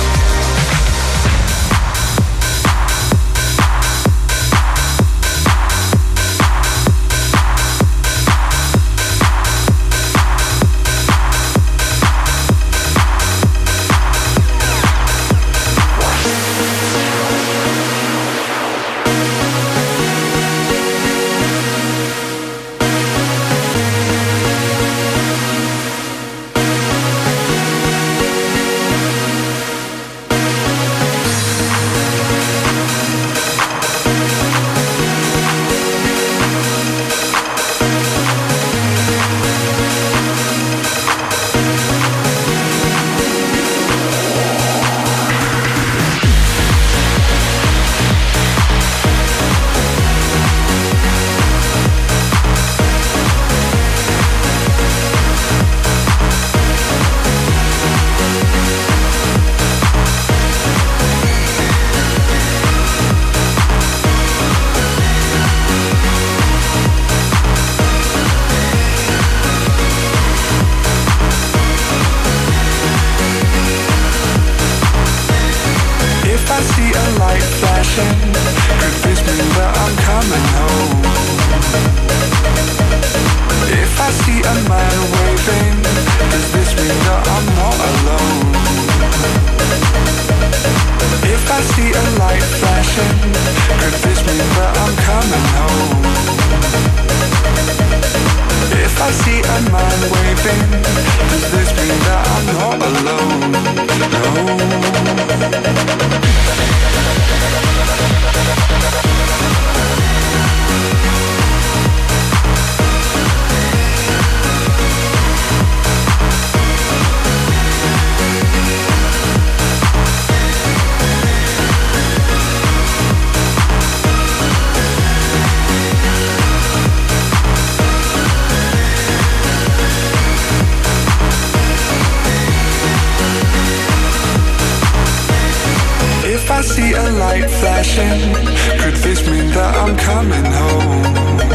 light flashing, could this mean that I'm coming home?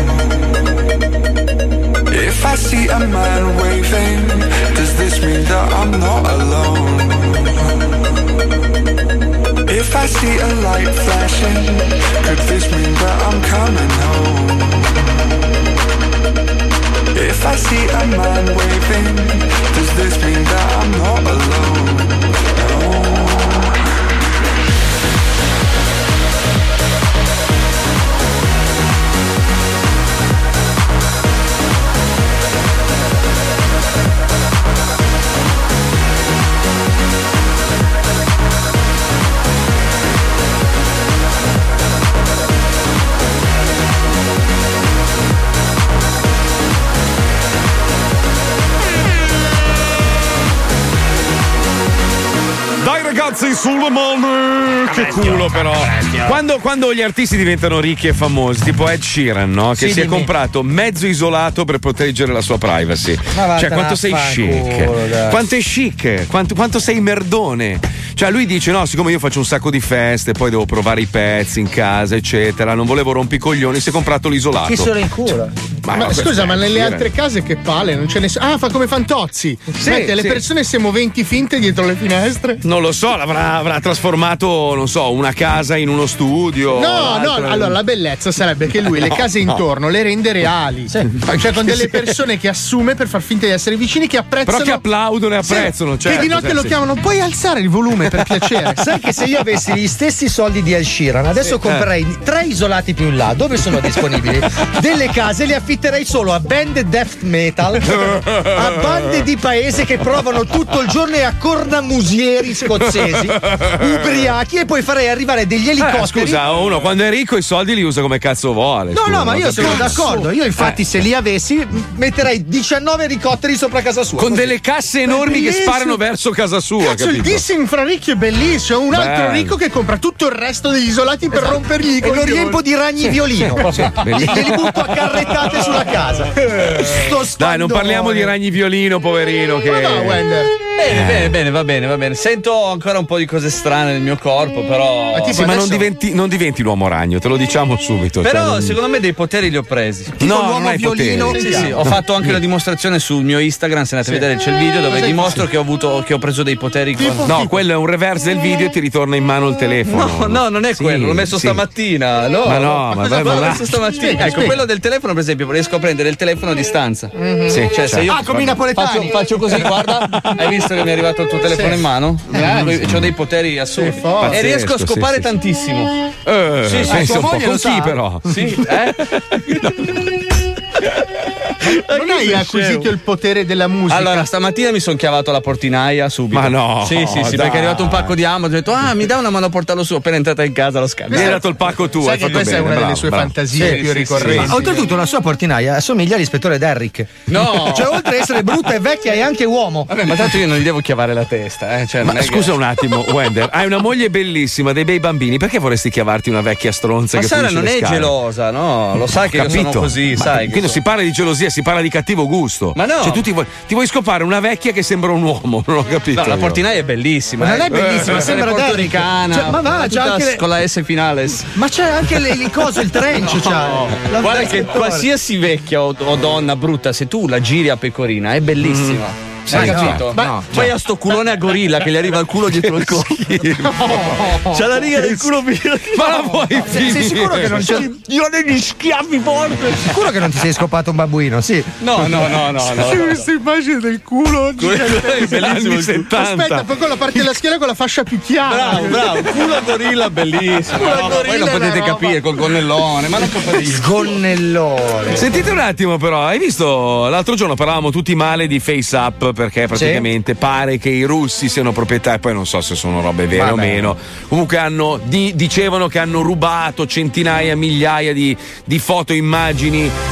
If I see a man waving, does this mean that I'm not alone? If I see a light flashing, could this mean that I'm coming home? If I see a man waving, does this mean that I'm not alone? Ragazzi, sulle mani, che culo però. Quando gli artisti diventano ricchi e famosi, tipo Ed Sheeran, no? Che si è comprato mezzo isolato per proteggere la sua privacy. Cioè, quanto sei chic, quanto è chic, quanto sei merdone. Cioè, lui dice: no, siccome io faccio un sacco di feste, poi devo provare i pezzi in casa, eccetera, non volevo rompicoglioni, si è comprato l'isolato. Chi se lo incura? Ma scusa, ma nelle altre case che palle, non c'è nessuno. Ah, fa come Fantozzi. Mette le persone semoventi finte dietro le finestre. Non lo so, avrà trasformato, non so, una casa in uno studio. No, allora la bellezza sarebbe che lui le case intorno le rende reali. Cioè con delle persone che assume per far finta di essere vicini, che apprezzano. Però che applaudono e apprezzano. Certo, che di notte lo chiamano, puoi alzare il volume per piacere. Sai che se io avessi gli stessi soldi di Ed Sheeran, adesso comprerei 3 isolati più in là. Dove sono disponibili? Delle case le affitterei solo a band death metal, a bande di paese che provano tutto il giorno e a cornamusieri scozzesi, ubriachi, e poi farei arrivare degli elicotteri. Scusa, uno quando è ricco i soldi li usa come cazzo vuole. No, ma io sono d'accordo. Io infatti se li avessi metterei 19 elicotteri sopra casa sua. Con delle casse enormi che sparano verso casa sua. Cazzo, il dissing fra ricchi è bellissimo. Un altro ricco che compra tutto il resto degli isolati per rompergli i coglioni. E lo riempo di ragni violino. Li butto a carrettate sulla casa. Dai, non parliamo di ragni violino, poverino. Che... Wender. Bene, va bene. Sento ancora un po' di cose strane nel mio corpo, però. Ma non diventi l'uomo ragno, te lo diciamo subito. Però secondo me dei poteri li ho presi. No, non hai violino. poteri. Sì, ho fatto anche una dimostrazione sul mio Instagram, se andate a vedere c'è il video dove dimostro che ho preso dei poteri. No, quello è un reverse del video e ti ritorna in mano il telefono. No, non è quello, l'ho messo stamattina. L'ho messo stamattina. Ecco, quello del telefono, per esempio, riesco a prendere il telefono a distanza. Sì, cioè, se io come i napoletani. Faccio così, guarda, hai visto che mi è arrivato il tuo telefono in mano? C'ho dei poteri assurdi. E riesco a scopare tantissimo. Pensa un po', con chi però? Sì, Non hai acquisito il potere della musica? Allora, stamattina mi sono chiavato la portinaia subito. Ma no! Sì, perché è arrivato un pacco di amo. Ho detto, mi dà una mano a portarlo su. Appena entrata in casa l'ho scaricato. Mi hai dato il pacco tu. Sai che questa è una delle sue fantasie più ricorrenti. Ma oltretutto la sua portinaia assomiglia all'ispettore Derrick. No! Cioè, oltre ad essere brutta e vecchia, è anche uomo. Vabbè, ma tanto io non gli devo chiavare la testa. Cioè, ma scusa un attimo, Wender, hai una moglie bellissima, dei bei bambini, perché vorresti chiavarti una vecchia stronza? Ma che Sara non è gelosa, no? Lo sai che io sono così, sai. Quindi non si parla di gelosia, si parla di cattivo gusto. Ma no! Cioè, tu ti vuoi scopare una vecchia che sembra un uomo, non ho capito. No, la portinaia è bellissima. Ma non è bellissima, sembra portoricana. Cioè, ma va, c'è anche con la S finale. Ma c'è anche il coso, il trench. Guarda che qualsiasi vecchia o donna brutta, se tu la giri a pecorina, è bellissima. Hai capito? Poi ha sto culone a gorilla che gli arriva il culo dietro il collo. C'ha la riga del culo. Ma la vuoi sei sicuro che non c'è? Io ho degli schiaffi forti. Sicuro che non ti sei scopato un babbuino? Sì. No. C'è questa immagine del culo. Bellissimo, 70. Aspetta, poi con la parte della schiena con la fascia più chiara. Bravo. Culo a gorilla bellissimo. Poi lo potete capire col gonnellone. Ma non il gonnellone. Sentite un attimo, però, hai visto l'altro giorno parlavamo tutti male di Face Up, perché praticamente pare che i russi siano proprietari, poi non so se sono robe vere o meno, comunque dicevano che hanno rubato centinaia, migliaia di foto, immagini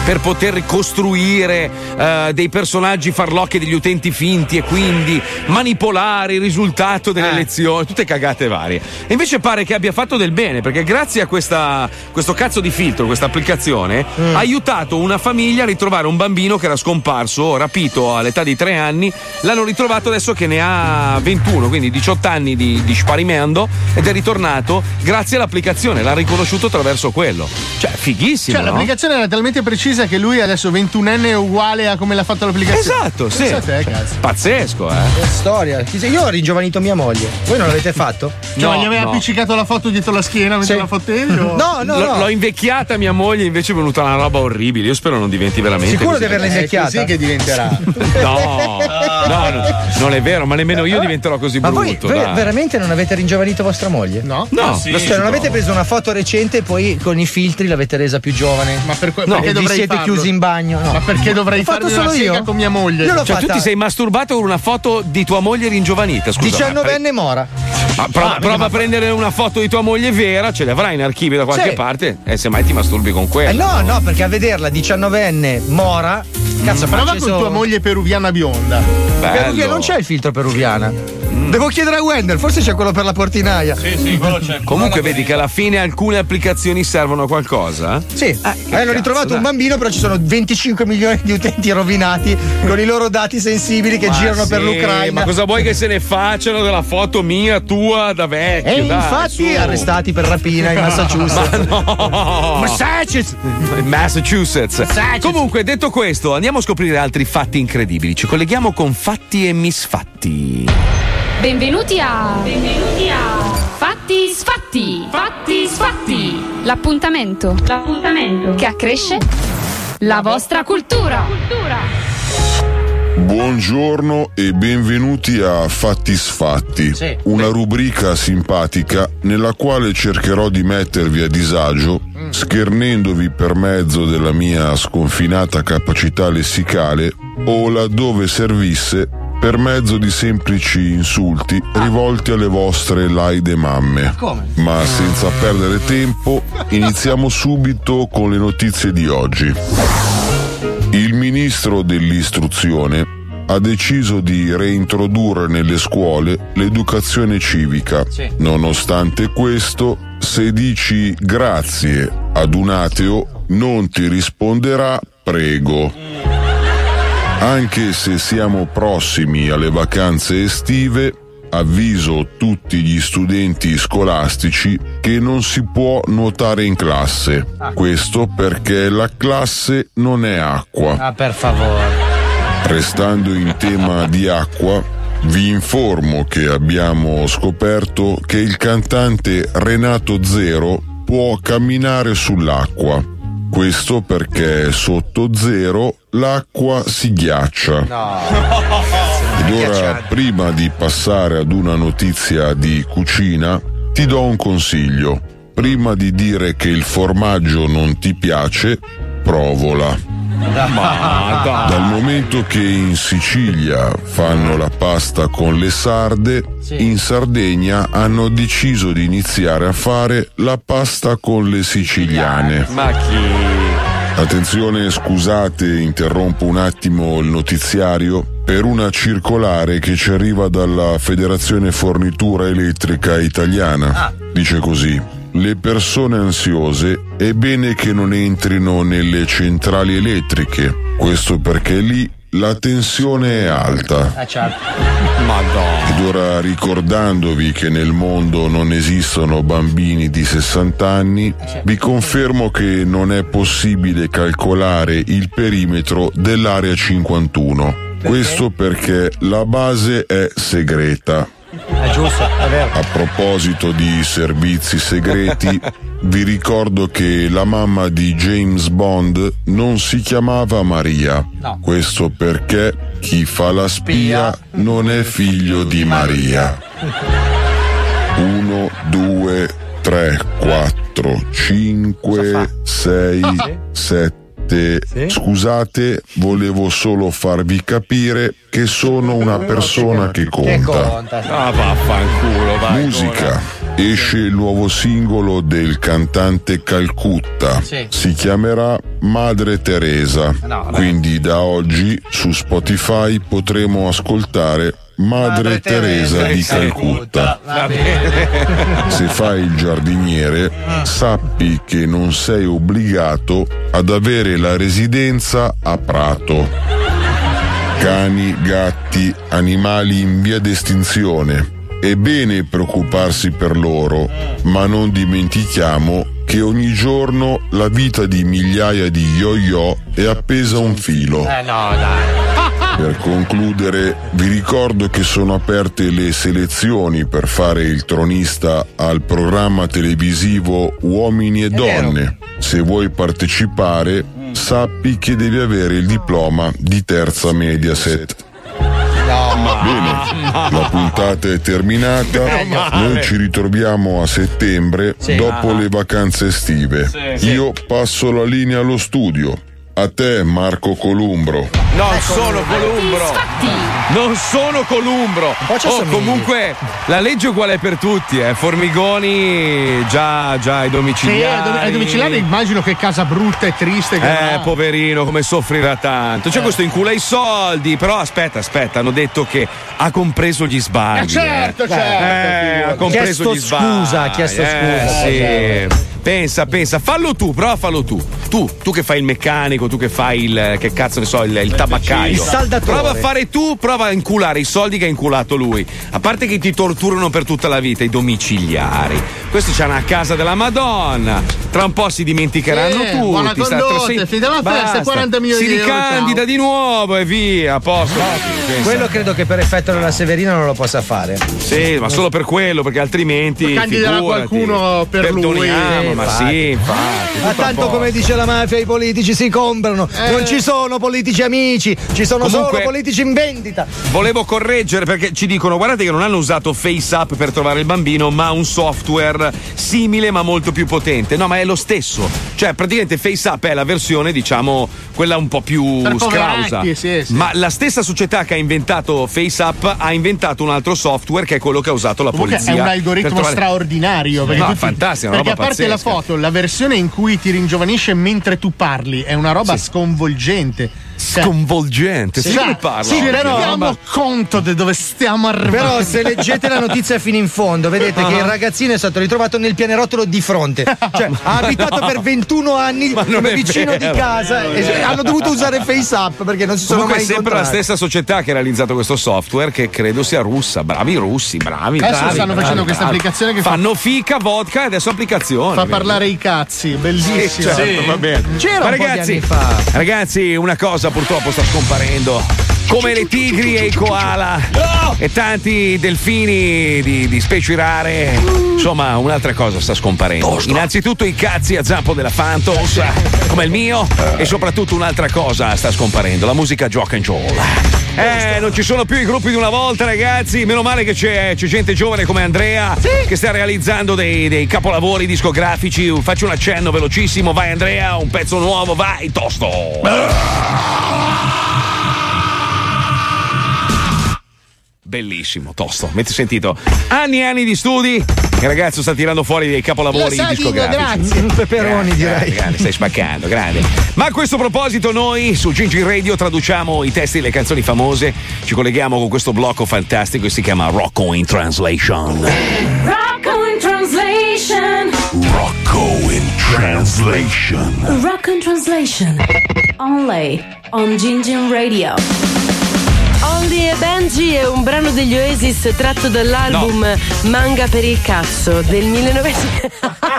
per poter costruire dei personaggi farlocchi degli utenti finti e quindi manipolare il risultato delle elezioni, tutte cagate varie. E invece pare che abbia fatto del bene, perché grazie a questo cazzo di filtro, questa applicazione, ha aiutato una famiglia a ritrovare un bambino che era scomparso, rapito all'età di 3 anni. L'hanno ritrovato adesso che ne ha 21, quindi 18 anni di sparimento, ed è ritornato grazie all'applicazione. L'ha riconosciuto attraverso quello. Cioè, fighissimo. Cioè, no? l'applicazione era talmente precisa che lui adesso 21enne è uguale a come l'ha fatto l'applicazione. Esatto, sì. Cazzo. Pazzesco, Che storia. Io ho ringiovanito mia moglie. Voi non l'avete fatto? Cioè, gli aveva appiccicato la foto dietro la schiena mentre la fottevi? O... No. L'ho invecchiata mia moglie, invece è venuta una roba orribile. Io spero non diventi veramente. Sicuro così. di averla invecchiata? È così che diventerà. No, non è vero, ma nemmeno io diventerò così ma brutto. Voi dai. veramente non avete ringiovanito vostra moglie? No. Sì, cioè, non avete preso una foto recente e poi con i filtri l'avete resa più giovane? Ma perché vi dovrei siete farlo? chiusi in bagno? No. Ma perché dovrei fatto farmi solo una sega io con mia moglie? Io l'ho Cioè, fatta. tu ti sei masturbato con una foto di tua moglie ringiovanita, scusa. 19enne mora. Prova a prendere una foto di tua moglie vera, ce l'avrai in archivio da qualche parte, e semmai ti masturbi con quella. No, perché a vederla 19enne mora. Cazzo, prova con tua moglie peruviana bionda. Peruviana, non c'è il filtro peruviana. Devo chiedere a Wender, forse c'è quello per la portinaia. Sì, quello c'è. Comunque vedi che alla fine alcune applicazioni servono a qualcosa? Sì, hanno ritrovato un bambino, però ci sono 25 milioni di utenti rovinati con i loro dati sensibili che girano per l'Ucraina. Ma cosa vuoi che se ne facciano della foto mia, tua, da vecchio? E infatti arrestati per rapina in Massachusetts. Ma no! Massachusetts. Comunque, detto questo, andiamo a scoprire altri fatti incredibili. Ci colleghiamo con fatti e misfatti. Benvenuti a Fatti Sfatti. L'appuntamento che accresce la vostra cultura. Buongiorno e benvenuti a Fatti Sfatti, una rubrica simpatica nella quale cercherò di mettervi a disagio, schernendovi per mezzo della mia sconfinata capacità lessicale o, laddove servisse, per mezzo di semplici insulti rivolti alle vostre laide mamme. Ma senza perdere tempo, iniziamo subito con le notizie di oggi. Il ministro dell'istruzione ha deciso di reintrodurre nelle scuole l'educazione civica. Nonostante questo, se dici grazie ad un ateo, non ti risponderà prego. Anche se siamo prossimi alle vacanze estive, avviso tutti gli studenti scolastici che non si può nuotare in classe. Questo perché la classe non è acqua. Per favore. Restando in tema di acqua, vi informo che abbiamo scoperto che il cantante Renato Zero può camminare sull'acqua. Questo perché sotto zero l'acqua si ghiaccia. Ed ora, prima di passare ad una notizia di cucina, ti do un consiglio. Prima di dire che il formaggio non ti piace, provola. Dal momento che in Sicilia fanno la pasta con le sarde, in Sardegna hanno deciso di iniziare a fare la pasta con le siciliane. Ma chi? Attenzione, scusate, interrompo un attimo il notiziario per una circolare che ci arriva dalla Federazione Fornitura Elettrica Italiana. Dice così: le persone ansiose è bene che non entrino nelle centrali elettriche, questo perché lì la tensione è alta. Madonna. Ed ora, ricordandovi che nel mondo non esistono bambini di 60 anni, vi confermo che non è possibile calcolare il perimetro dell'area 51. Questo perché la base è segreta. È giusto, è vero. A proposito di servizi segreti, vi ricordo che la mamma di James Bond non si chiamava Maria. Questo perché chi fa la spia non è figlio di Maria. 1, 2, 3, 4, 5, 6, 7. Scusate, volevo solo farvi capire che sono una persona che conta. Vaffanculo, vai. Musica esce il nuovo singolo del cantante Calcutta. Sì. Si chiamerà Madre Teresa. Quindi da oggi su Spotify potremo ascoltare Madre Teresa di Calcutta. Se fai il giardiniere, sappi che non sei obbligato ad avere la residenza a Prato. Cani, gatti, animali in via d'estinzione. È bene preoccuparsi per loro, ma non dimentichiamo che ogni giorno la vita di migliaia di yo-yo è appesa a un filo. Per concludere, vi ricordo che sono aperte le selezioni per fare il tronista al programma televisivo Uomini e Donne. Se vuoi partecipare, sappi che devi avere il diploma di terza Mediaset. Bene, la puntata è terminata. Noi ci ritroviamo a settembre, dopo le vacanze estive. Io passo la linea allo studio. A te, Marco Columbro. Non sono Columbro. Non sono Columbro. Comunque la legge è uguale per tutti, Formigoni già ai domiciliari. Sì, ai domiciliari immagino che casa brutta e triste. Poverino, come soffrirà tanto. C'è questo incula i soldi, però aspetta, hanno detto che ha compreso gli sbagli. Certo. Ha compreso gli sbagli. Ha chiesto scusa. Sì. Pensa, fallo tu, prova a farlo tu. Tu che fai il meccanico, tu che fai il tabaccaio. Il saldatore. Prova a fare prova a inculare i soldi che ha inculato lui. A parte che ti torturano per tutta la vita, i domiciliari. Questi c'hanno una casa della Madonna. Tra un po' si dimenticheranno tutti. Buona condotta, finita la festa, 40 milioni di euro. Si ricandida di nuovo e via, a posto. Quello credo che per effetto della Severina non lo possa fare. Sì, ma solo per quello, perché altrimenti candiderà qualcuno per lui. Ma sì, infatti. Ma tanto come dice la mafia, i politici si comprano. Non ci sono politici amici, ci sono solo politici in vendita. Volevo correggere perché ci dicono: guardate che non hanno usato FaceApp per trovare il bambino, ma un software simile ma molto più potente. No, ma è lo stesso. Cioè, praticamente FaceApp è la versione, diciamo, quella un po' più scrausa. Sì. Ma la stessa società che ha inventato FaceApp ha inventato un altro software che è quello che ha usato la polizia. È un algoritmo straordinario. Fantastico, perché roba a parte pazzesca. la foto, la versione in cui ti ringiovanisce mentre tu parli è una roba sconvolgente. Sconvolgente, sì, come parla? Ci rendiamo conto di dove stiamo arrivando. Però se leggete la notizia fino in fondo, vedete che il ragazzino è stato ritrovato nel pianerottolo di fronte. Cioè, ha abitato per 21 anni come vicino di casa e hanno dovuto usare FaceApp perché non si sono mai incontrati. È sempre la stessa società che ha realizzato questo software, che credo sia russa. Bravi russi, bravi. Adesso stanno facendo questa applicazione che fanno fica, vodka e adesso applicazione. Fa parlare i cazzi, bellissimo. Sì, certo, va bene. C'era un po' di anni fa. Ragazzi, una cosa purtroppo sta scomparendo, come le tigri e i koala e tanti delfini di specie rare. Insomma, un'altra cosa sta scomparendo. Innanzitutto i cazzi a zampo della Phantoms, come il mio, e soprattutto un'altra cosa sta scomparendo: la musica rock and roll. Non ci sono più i gruppi di una volta, ragazzi. Meno male che c'è gente giovane come Andrea che sta realizzando dei capolavori discografici. Faccio un accenno velocissimo. Vai Andrea, un pezzo nuovo, vai, tosto. Bellissimo, tosto. Avete sentito? Anni e anni di studi. Il ragazzo sta tirando fuori dei capolavori discografici. Grazie. Peperoni, direi. Grande, stai spaccando, grande. Ma a questo proposito, noi su Gigi Radio traduciamo i testi delle canzoni famose. Ci colleghiamo con questo blocco fantastico che si chiama Rocco in Translation. Rocco in Translation. Rocco in Translation. Rocco in Translation. Only on Gigi Radio. Holly e Benji è un brano degli Oasis tratto dall'album Manga per il cazzo del 1900.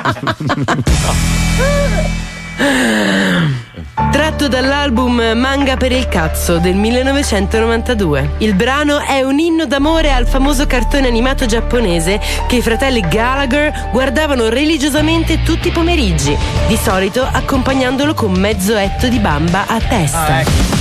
Tratto dall'album Manga per il cazzo del 1992. Il brano è un inno d'amore al famoso cartone animato giapponese che i fratelli Gallagher guardavano religiosamente tutti i pomeriggi, di solito accompagnandolo con mezzo etto di bamba a testa.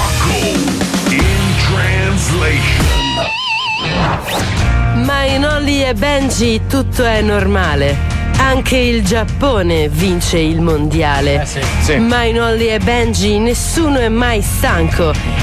Ma in Holly e Benji tutto è normale. Anche il Giappone vince il mondiale. Sì. Ma in Holly e Benji nessuno è mai stanco.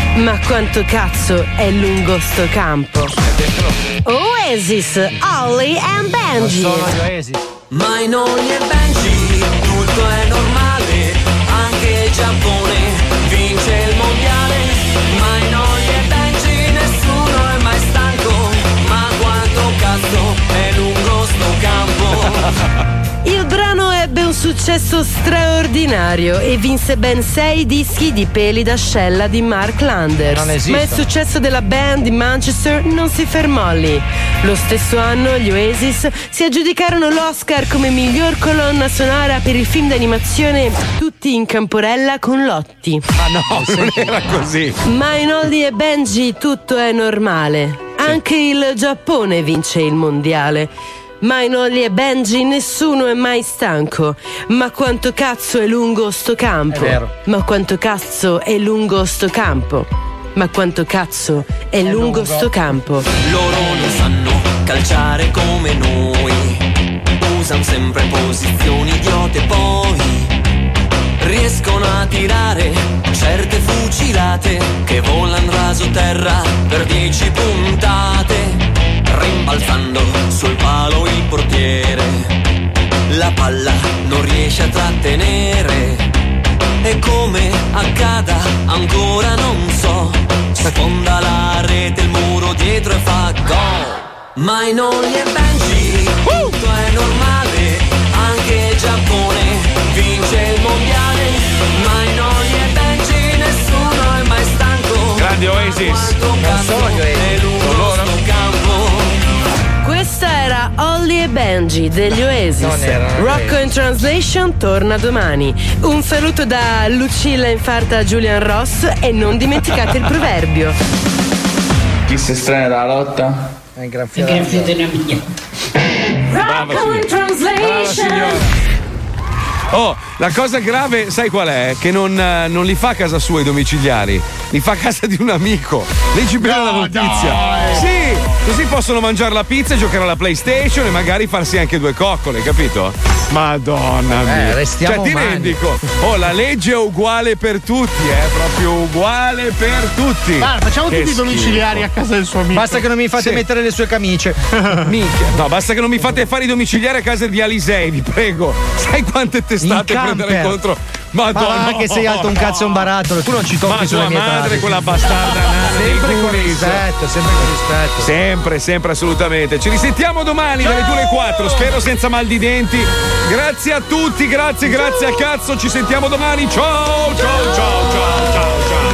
Ma quanto cazzo è lungo sto campo? Oasis, Holly and Benji. Non sono gli Oasis. Ma in Holly e Benji tutto è normale, anche il Giappone vince il mondiale. Ma in Holly e Benji nessuno è mai stanco, ma quanto cazzo è lungo sto campo. Il brano ebbe un successo straordinario e vinse ben 6 dischi di peli d'ascella di Mark Landers. Non esistono. Ma il successo della band di Manchester non si fermò lì. Lo stesso anno gli Oasis si aggiudicarono l'Oscar come miglior colonna sonora per il film d'animazione Tutti in Camporella con Lotti. Ma no, non era così. Ma in Holly e Benji tutto è normale. Anche il Giappone vince il mondiale. Ma in Holly e Benji nessuno è mai stanco. Ma quanto cazzo è lungo sto campo? È vero. Ma quanto cazzo è lungo sto campo? Ma quanto cazzo è lungo sto campo? Loro non sanno calciare come noi, usano sempre posizioni idiote, poi riescono a tirare certe fucilate che volano raso terra per 10 puntate. Rimbalzando sul palo il portiere, la palla non riesce a trattenere. E come accada ancora non so, sfonda la rete, il muro dietro e fa gol. Ma in Holly e Benji tutto è normale, anche il Giappone vince il mondiale. Ma in Holly e Benji nessuno è mai stanco. Grandi Oasis. Non sono gli Oasis, sono loro. Questa era Holly e Benji degli Oasis. Rocco in Translation torna domani. Un saluto da Lucilla Infarta a Julian Ross e non dimenticate il proverbio. Chi si estrae dalla lotta? È in gran fiera. Rocco in Translation. Oh, la cosa grave, sai qual è? Che non li fa a casa sua i domiciliari, li fa a casa di un amico. Leggi bene la notizia. Dai. Sì, così possono mangiare la pizza e giocare alla PlayStation e magari farsi anche 2 coccole, capito? Madonna mia. Restiamo cioè, ti umani. rendi conto? Oh, la legge è uguale per tutti, proprio uguale per tutti. Guarda, facciamo Che tutti i domiciliari schifo. a casa del suo amico. Basta che non mi fate mettere le sue camicie. Minchia. No, basta che non mi fate fare i domiciliari a casa di Alisei, vi prego. Sai quante testate prendere contro? Madonna, che sei alto un cazzo e un barattolo, tu non ci tocchi Ma sulla tua mia madre, età. quella bastarda nana Sempre dei con Goonies. rispetto, sempre con rispetto. Sempre, assolutamente. Ci risentiamo domani dalle 2 alle 4, spero senza mal di denti. Grazie a tutti, grazie a cazzo. Ci sentiamo domani. Ciao.